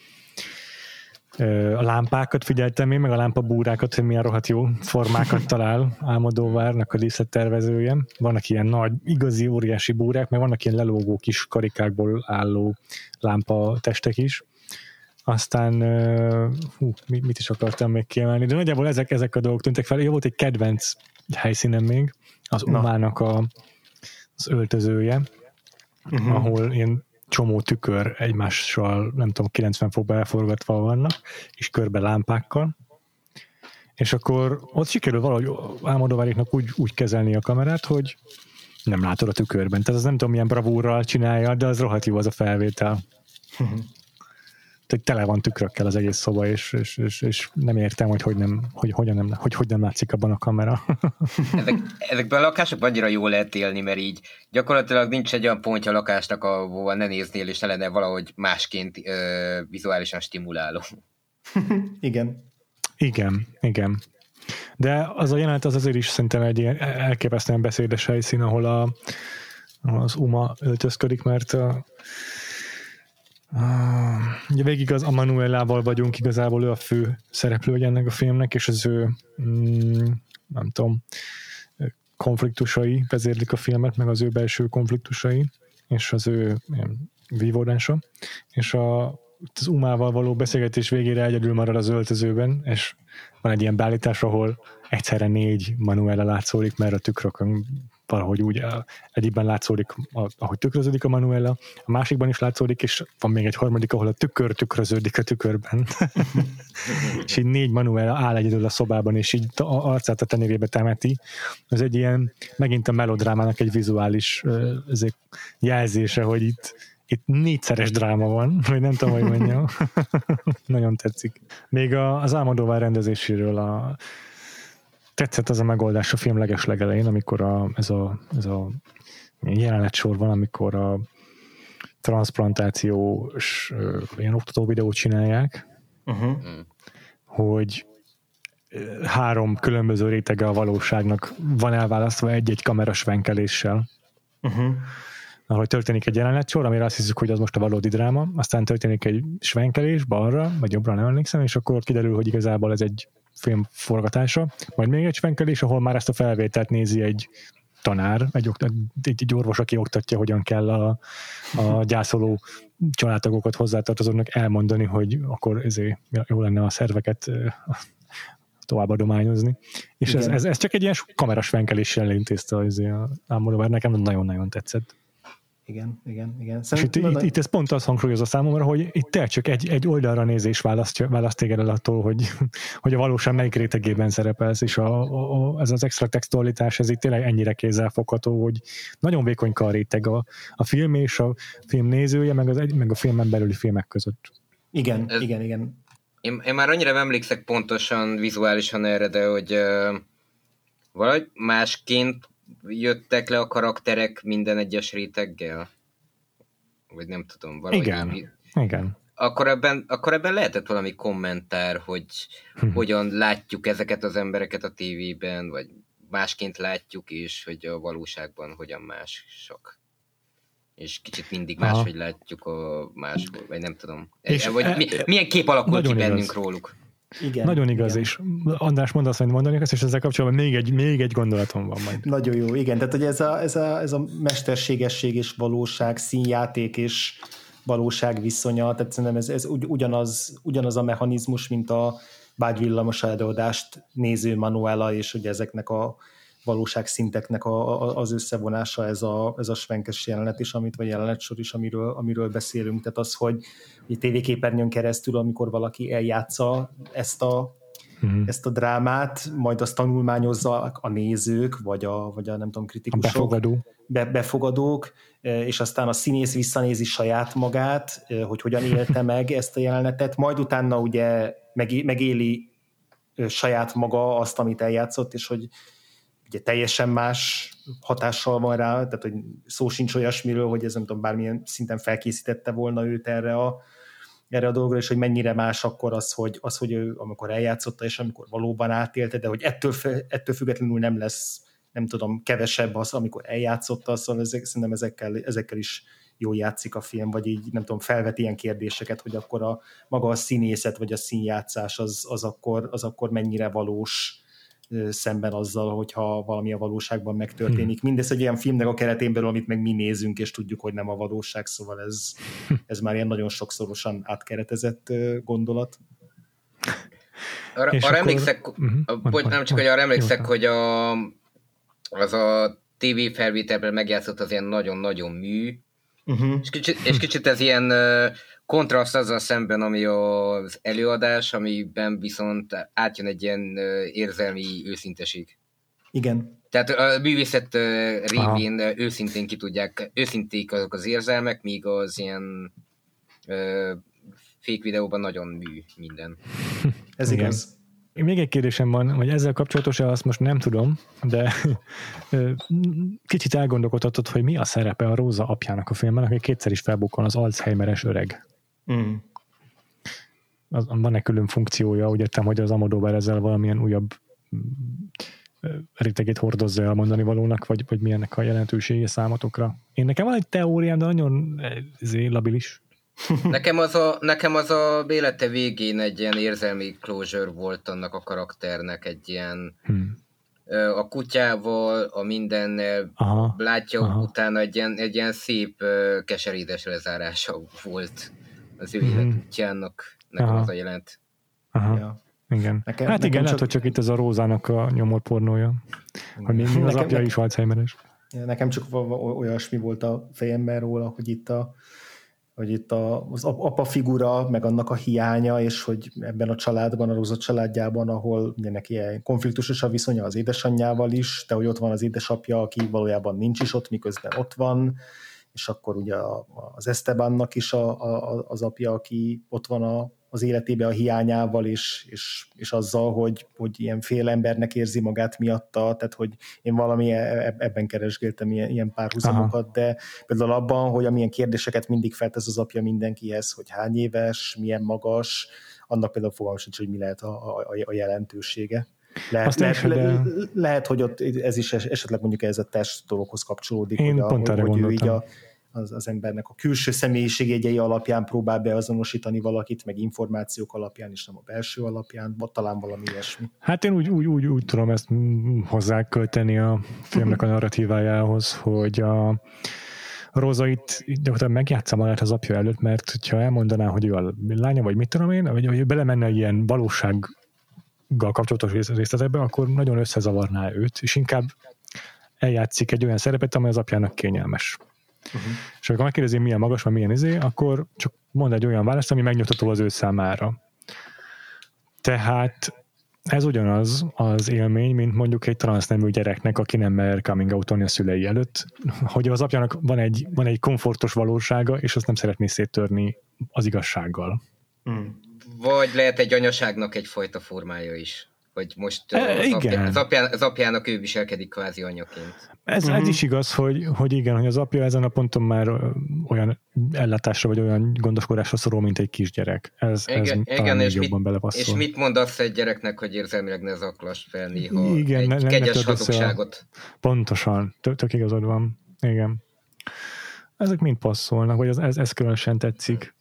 lámpákat figyeltem én, meg a lámpabúrákat, hogy milyen rohadt jó formákat talál Almodóvárnak a díszlettervezője. Vannak ilyen nagy, igazi, óriási búrák, meg vannak ilyen lelógó kis karikákból álló lámpatestek is. Aztán, mit is akartam még kiemelni, de nagyjából ezek a dolgok tűntek fel. Jó, volt egy kedvenc helyszínen még, az Umának az öltözője, ahol ilyen csomó tükör egymással, nem tudom, 90 fokba elforgatva vannak, és körbe lámpákkal. És akkor ott sikerül valahogy Almodóváriknak úgy kezelni a kamerát, hogy nem látod a tükörben. Tehát az nem tudom, milyen bravúrral csinálja, de az rohadt jó az a felvétel. Tehát tele van tükrökkel az egész szoba, és nem értem, hogy nem látszik abban a kamera. Ezekben a lakásokban annyira jól lehet élni, mert így gyakorlatilag nincs egy olyan pontja a lakásnak, ahol ne néznél, és ne lenne valahogy másként vizuálisan stimuláló. Igen. De az a jelenet az azért is szerintem egy ilyen elképesztően beszédes helyszín, ahol az Uma öltözködik, mert ugye végig az Manuelával vagyunk, igazából ő a fő szereplő ennek a filmnek, és az ő nem tudom, konfliktusai vezérlik a filmet, meg az ő belső konfliktusai, és az ő vívódása, és az Umával való beszélgetés végére egyedül marad az öltözőben, és van egy ilyen beállítás, ahol egyszerre 4 Manuela látszódik, mert a tükrökön valahogy úgy egyikben látszódik, ahogy tükröződik a Manuela, a másikban is látszódik, és van még egy harmadik, ahol a tükör tükröződik a tükörben. És így 4 Manuela áll egyedül a szobában, és így arcát a tenyérébe temeti. Ez egy ilyen, megint a melodrámának egy vizuális jelzése, hogy itt 4-szeres dráma van, vagy nem tudom, hogy mondjam. Nagyon tetszik. Még az Almodóvár rendezéséről tetszett az a megoldás a film legelején, amikor ez a jelenetsor van, amikor a transplantációs ilyen oktató videót csinálják, hogy 3 különböző rétege a valóságnak van elválasztva egy-egy kamerasvenkeléssel. Ahogy történik egy jelenetsor, amire azt hiszük, hogy az most a valódi dráma, aztán történik egy svenkelés balra, vagy jobbra, nem emlékszem, és akkor kiderül, hogy igazából ez egy film forgatása, majd még egy svenkelés, ahol már ezt a felvételt nézi egy tanár, egy orvos, aki oktatja, hogyan kell a gyászoló családtagokat hozzátartozóknak elmondani, hogy akkor jó lenne a szerveket tovább adományozni. És ez csak egy ilyen kamerasvenkeléssel intézte az Almodóvar, nekem nagyon-nagyon tetszett. Igen. És itt ez pont az hangsúlyozza számomra, hogy itt csak egy oldalra nézés választ téged el attól, hogy a valóság melyik rétegében szerepelsz, és ez az extra textualitás, ez itt tényleg ennyire kézzelfogható, hogy nagyon vékonyka a réteg a film és a film nézője, meg a filmen belüli filmek között. Igen. Én már annyira nem emlékszek pontosan, vizuálisan erre, de hogy valahogy másként jöttek le a karakterek minden egyes réteggel? Vagy nem tudom. Igen. Akkor ebben lehetett valami kommentár, hogy hogyan látjuk ezeket az embereket a tévében, vagy másként látjuk, és hogy a valóságban hogyan másak. És kicsit mindig máshogy látjuk a máshol, vagy nem tudom. Milyen kép alakul ki bennünk róluk? Igen, nagyon igaz, és András, mondasz, hogy mondani ezt, és ezzel kapcsolatban még egy gondolatom van majd. Nagyon jó, igen, tehát hogy ez a mesterségesség és valóság, színjáték és valóság viszonya, tehát szerintem ez ugyanaz a mechanizmus, mint a Vágyvillamos előadást néző Manuela, és ugye ezeknek a valóságszinteknek az összevonása, ez a svenkes jelenet is, vagy jelenetsor is, amiről beszélünk. Tehát az, hogy tévéképernyőn keresztül, amikor valaki eljátsza ezt a drámát, majd azt tanulmányozza a nézők, vagy a nem tudom, kritikusok, befogadók, és aztán a színész visszanézi saját magát, hogy hogyan élte meg ezt a jelenetet, majd utána ugye megéli saját maga azt, amit eljátszott, és hogy ugye teljesen más hatással van rá, tehát hogy szó sincs olyasmiről, hogy ez nem tudom, bármilyen szinten felkészítette volna őt erre a dologra, és hogy mennyire más akkor az, hogy ő amikor eljátszotta, és amikor valóban átélte, de hogy ettől függetlenül nem lesz, nem tudom, kevesebb az, amikor eljátszotta, szóval szerintem ezekkel is jól játszik a film, vagy így nem tudom, felvet ilyen kérdéseket, hogy akkor maga a színészet, vagy a színjátszás az akkor mennyire valós szemben azzal, hogyha valami a valóságban megtörténik. Mindez egy ilyen filmnek a keretén belül, amit meg mi nézünk, és tudjuk, hogy nem a valóság, szóval ez már ilyen nagyon sokszorosan átkeretezett gondolat. Arra emlékszek, arra emlékszek, hogy az a TV felvételben megjátszott az ilyen nagyon-nagyon mű, és kicsit ez ilyen kontraszt azzal szemben, ami az előadás, amiben viszont átjön egy ilyen érzelmi őszinteség. Igen. Tehát a művészet révén őszinték azok az érzelmek, míg az ilyen fake videóban nagyon mű minden. Ez igaz. Még egy kérdésem van, hogy ezzel kapcsolatos-e, azt most nem tudom, de kicsit elgondolkodhatod, hogy mi a szerepe a Róza apjának a filmben, aki kétszer is felbukkan, az Alzheimeres öreg. Van-e külön funkciója? Úgy értem, hogy az Almodóvar ezzel valamilyen újabb rétegét hordozza el mondani valónak, vagy mi ennek a jelentősége számotokra? Nekem van egy teóriám, de nagyon labilis. Nekem az a élete végén egy ilyen érzelmi closure volt annak a karakternek, egy ilyen a kutyával, a mindennel látja utána egy ilyen szép keserédes lezárása volt az ő életútjának. Nekem az a jelent. Ja. Igen. Igen, lehet, hogy csak itt ez a Rózának a nyomor pornója. Hogy mi az apja is Alzheimeres. Nekem csak olyasmi volt a fejemben róla, hogy itt az apa figura, meg annak a hiánya, és hogy ebben a családban, a Róza családjában, ahol neki ilyen konfliktusos a viszonya az édesanyjával is, de hogy ott van az édesapja, aki valójában nincs is ott, miközben ott van, és akkor ugye az Estebannak is az apja, aki ott van az életében a hiányával, és azzal, hogy ilyen fél embernek érzi magát miatta, tehát hogy én valami ebben keresgéltem ilyen párhuzamokat, de például abban, hogy amilyen kérdéseket mindig feltesz az apja mindenkihez, hogy hány éves, milyen magas, annak például fogalmam sincs, hogy mi lehet a jelentősége. Lehet, hogy ott ez is esetleg mondjuk ez a test dologhoz kapcsolódik, hogy ő így az embernek a külső személyiségjegyei alapján próbál beazonosítani valakit, meg információk alapján, és nem a belső alapján, vagy talán valami ilyesmi. Hát én úgy tudom ezt hozzákölteni a filmnek a narratívájához, hogy a Róza itt gyakorlatilag megjátsza magát az apja előtt, mert ha elmondaná, hogy ő a lánya, vagy mit tudom én, vagy belemenne ilyen valóság kapcsolatos részletekbe, akkor nagyon összezavarná őt, és inkább eljátszik egy olyan szerepet, amely az apjának kényelmes. És amikor megkérdezi, milyen magas, vagy milyen akkor csak mond egy olyan választ, ami megnyugtató az ő számára. Tehát ez ugyanaz az élmény, mint mondjuk egy transznemű gyereknek, aki nem mer coming out-olni a szülei előtt, hogy az apjának van egy komfortos valósága, és azt nem szeretné széttörni az igazsággal. Vagy lehet egy anyaságnak egyfajta formája is. Hogy most az apjának ő viselkedik kvázi anyaként. Ez is igaz, hogy igen, hogy az apja ezen a ponton már olyan ellátásra, vagy olyan gondoskodásra szorul, mint egy kisgyerek. Ez talán még jobban belepasszol. És mit mondasz egy gyereknek, hogy érzelmileg ne zaklass fel néha egy kegyes hazugságot? Pontosan, tök igazad van. Igen. Ezek mind passzolnak, vagy ez különösen tetszik.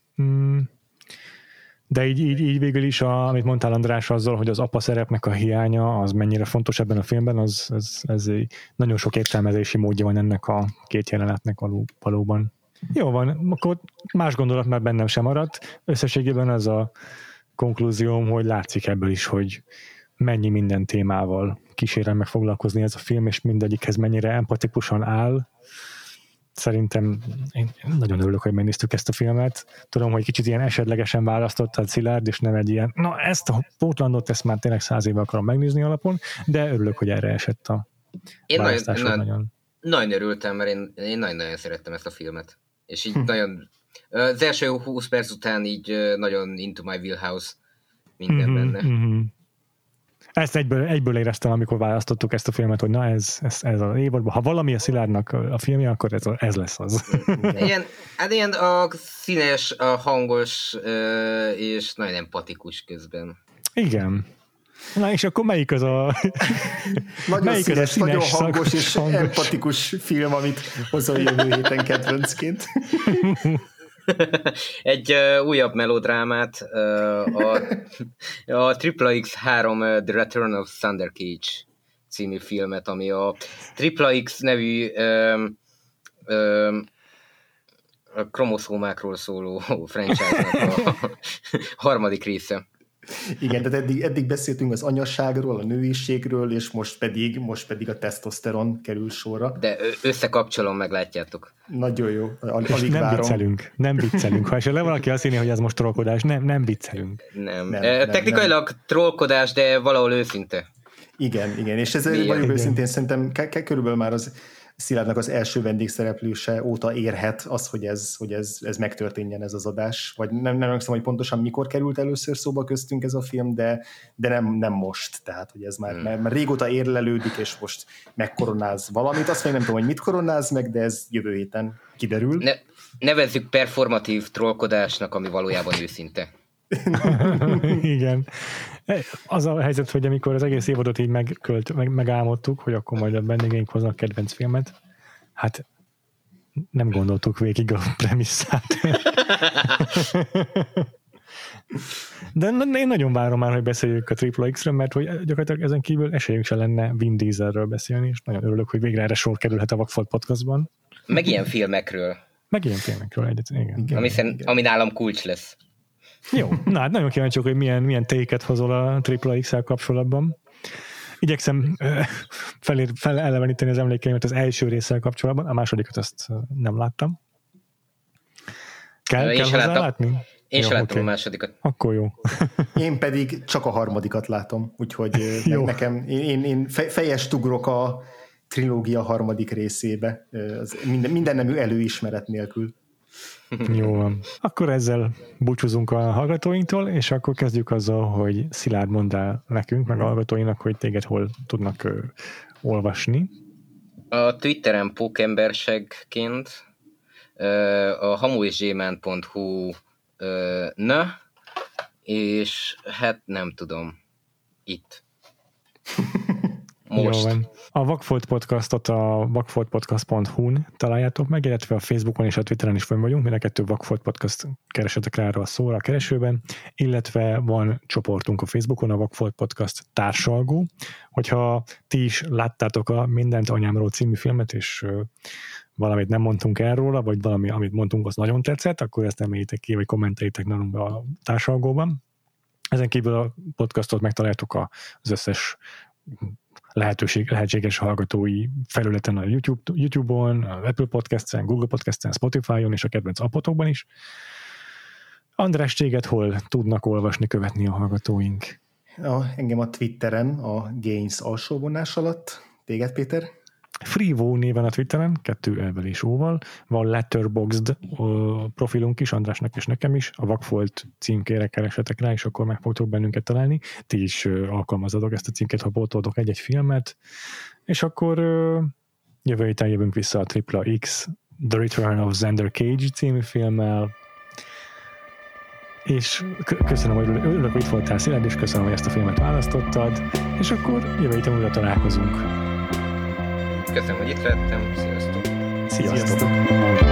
De így végül is, amit mondtál András azzal, hogy az apa szerepnek a hiánya, az mennyire fontos ebben a filmben, ez nagyon sok értelmezési módja van ennek a két jelenetnek valóban. Jó van, akkor más gondolat már bennem sem maradt. Összességében az a konklúzióm, hogy látszik ebből is, hogy mennyi minden témával kísérel meg foglalkozni ez a film, és mindegyikhez mennyire empatikusan áll. Szerintem én nagyon örülök, hogy megnéztük ezt a filmet. Tudom, hogy kicsit ilyen esetlegesen választottad, Szilárd, és nem egy ilyen, ezt a Portlandot, ezt már tényleg 100 éve akarom megnézni alapon, de örülök, hogy erre esett a választásod nagyon. Nagyon örültem, mert én nagyon szerettem ezt a filmet. És így nagyon, az első 20 perc után így nagyon into my wheelhouse minden benne. Ezt egyből éreztem, amikor választottuk ezt a filmet, hogy na ez az évadban. Ha valami a Szilárdnak a filmje, akkor ez lesz az. Ilyen a színes, a hangos és nagyon empatikus közben. Igen. Na és akkor melyik az a nagyon színes, nagyon hangos és empatikus film, amit hozol jövő héten kedvencként? Egy újabb melodrámát, a XXX3 The Return of Thunder Cage című filmet, ami a XXX nevű a kromoszómákról szóló franchise-nak a harmadik része. Igen, tehát eddig beszéltünk az anyasságról, a nőiségről, és most pedig a tesztoszteron kerül sorra. De összekapcsolom, meglátjátok. Nagyon jó, alig várom. Nem viccelünk. Ha esetleg valaki azt hinné, hogy ez most trollkodás, nem viccelünk. Nem. Technikailag trollkodás, de valahol őszinte. Igen, és ez valójában őszintén szerintem körülbelül már az Szilárdnak az első vendégszereplőse óta érhet az, hogy ez megtörténjen, ez az adás. Vagy nem emlékszem, hogy pontosan mikor került először szóba köztünk ez a film, de nem most. Tehát, hogy ez már régóta érlelődik, és most megkoronáz valamit. Azt még nem tudom, hogy mit koronáz meg, de ez jövő héten kiderül. Nevezzük performatív trollkodásnak, ami valójában őszinte. Igen. Az a helyzet, hogy amikor az egész évadot így megálmodtuk, hogy akkor majd a vendégeink hoznak kedvenc filmet, hát nem gondoltuk végig a premisszát. De én nagyon várom már, hogy beszéljük a XXX-ről, mert hogy gyakorlatilag ezen kívül esélyünk se lenne Vin Dieselről beszélni, és nagyon örülök, hogy végre erre sor kerülhet a Vagfolt Podcastban. Meg ilyen filmekről. Igen. Ami nálam kulcs lesz. Jó, na hát nagyon kíváncsiak, hogy milyen téket hozol a XXX-el kapcsolatban. Igyekszem feleleveníteni az emlékeimet az első résszel kapcsolatban, a másodikat azt nem láttam. Kell hozzá látni? Én sem láttam a másodikat. Akkor jó. Én pedig csak a harmadikat látom, úgyhogy nekem én fejest ugrok a trilógia harmadik részébe, minden nemű előismeret nélkül. Jó van. Akkor ezzel búcsúzunk a hallgatóinktól, és akkor kezdjük azzal, hogy Szilárd mondd el nekünk, meg a hallgatóinak, hogy téged hol tudnak olvasni. A Twitteren pókembersegként, a hamuisgyémánt.hu és hát nem tudom, itt. Most. Jó van. A Vagfolt Podcastot a vagfoltpodcast.hu-n találjátok meg, illetve a Facebookon és a Twitteren is fönn vagyunk, mind a kettő Vagfolt Podcast, keresetek rá a szóra a keresőben, illetve van csoportunk a Facebookon, a Vagfolt Podcast társalgó. Hogyha ti is láttátok a Mindent anyámról című filmet, és valamit nem mondtunk el róla, vagy valami, amit mondtunk, az nagyon tetszett, akkor ezt emeljétek ki, vagy kommenteljétek nálunk a társalgóban. Ezen kívül a podcastot megtaláltuk az összes lehetséges hallgatói felületen a YouTube-on, a Apple Podcast-en, Google Podcast-en, Spotify-on és a kedvenc appotokban is. András, téged hol tudnak olvasni, követni a hallgatóink? Engem a Twitteren, a Gains alsóvonás alatt. Téged, Péter? Freevo néven a Twitteren, 2 L-vel és O-val. Van Letterboxd profilunk is, Andrásnak és nekem is. A Vakfolt címkére keresetek rá, és akkor meg fogtok bennünket találni. Ti is alkalmazzatok ezt a címkét, ha pótoltok egy-egy filmet. És akkor jövő héten jövünk vissza a XXX The Return of Xander Cage című filmmel. És köszönöm, hogy örülök, hogy itt voltál, Szilárd, és köszönöm, hogy ezt a filmet választottad. És akkor jövő héten újra találkozunk. Köszönöm, hogy itt lettem. Sziasztok! Sziasztok!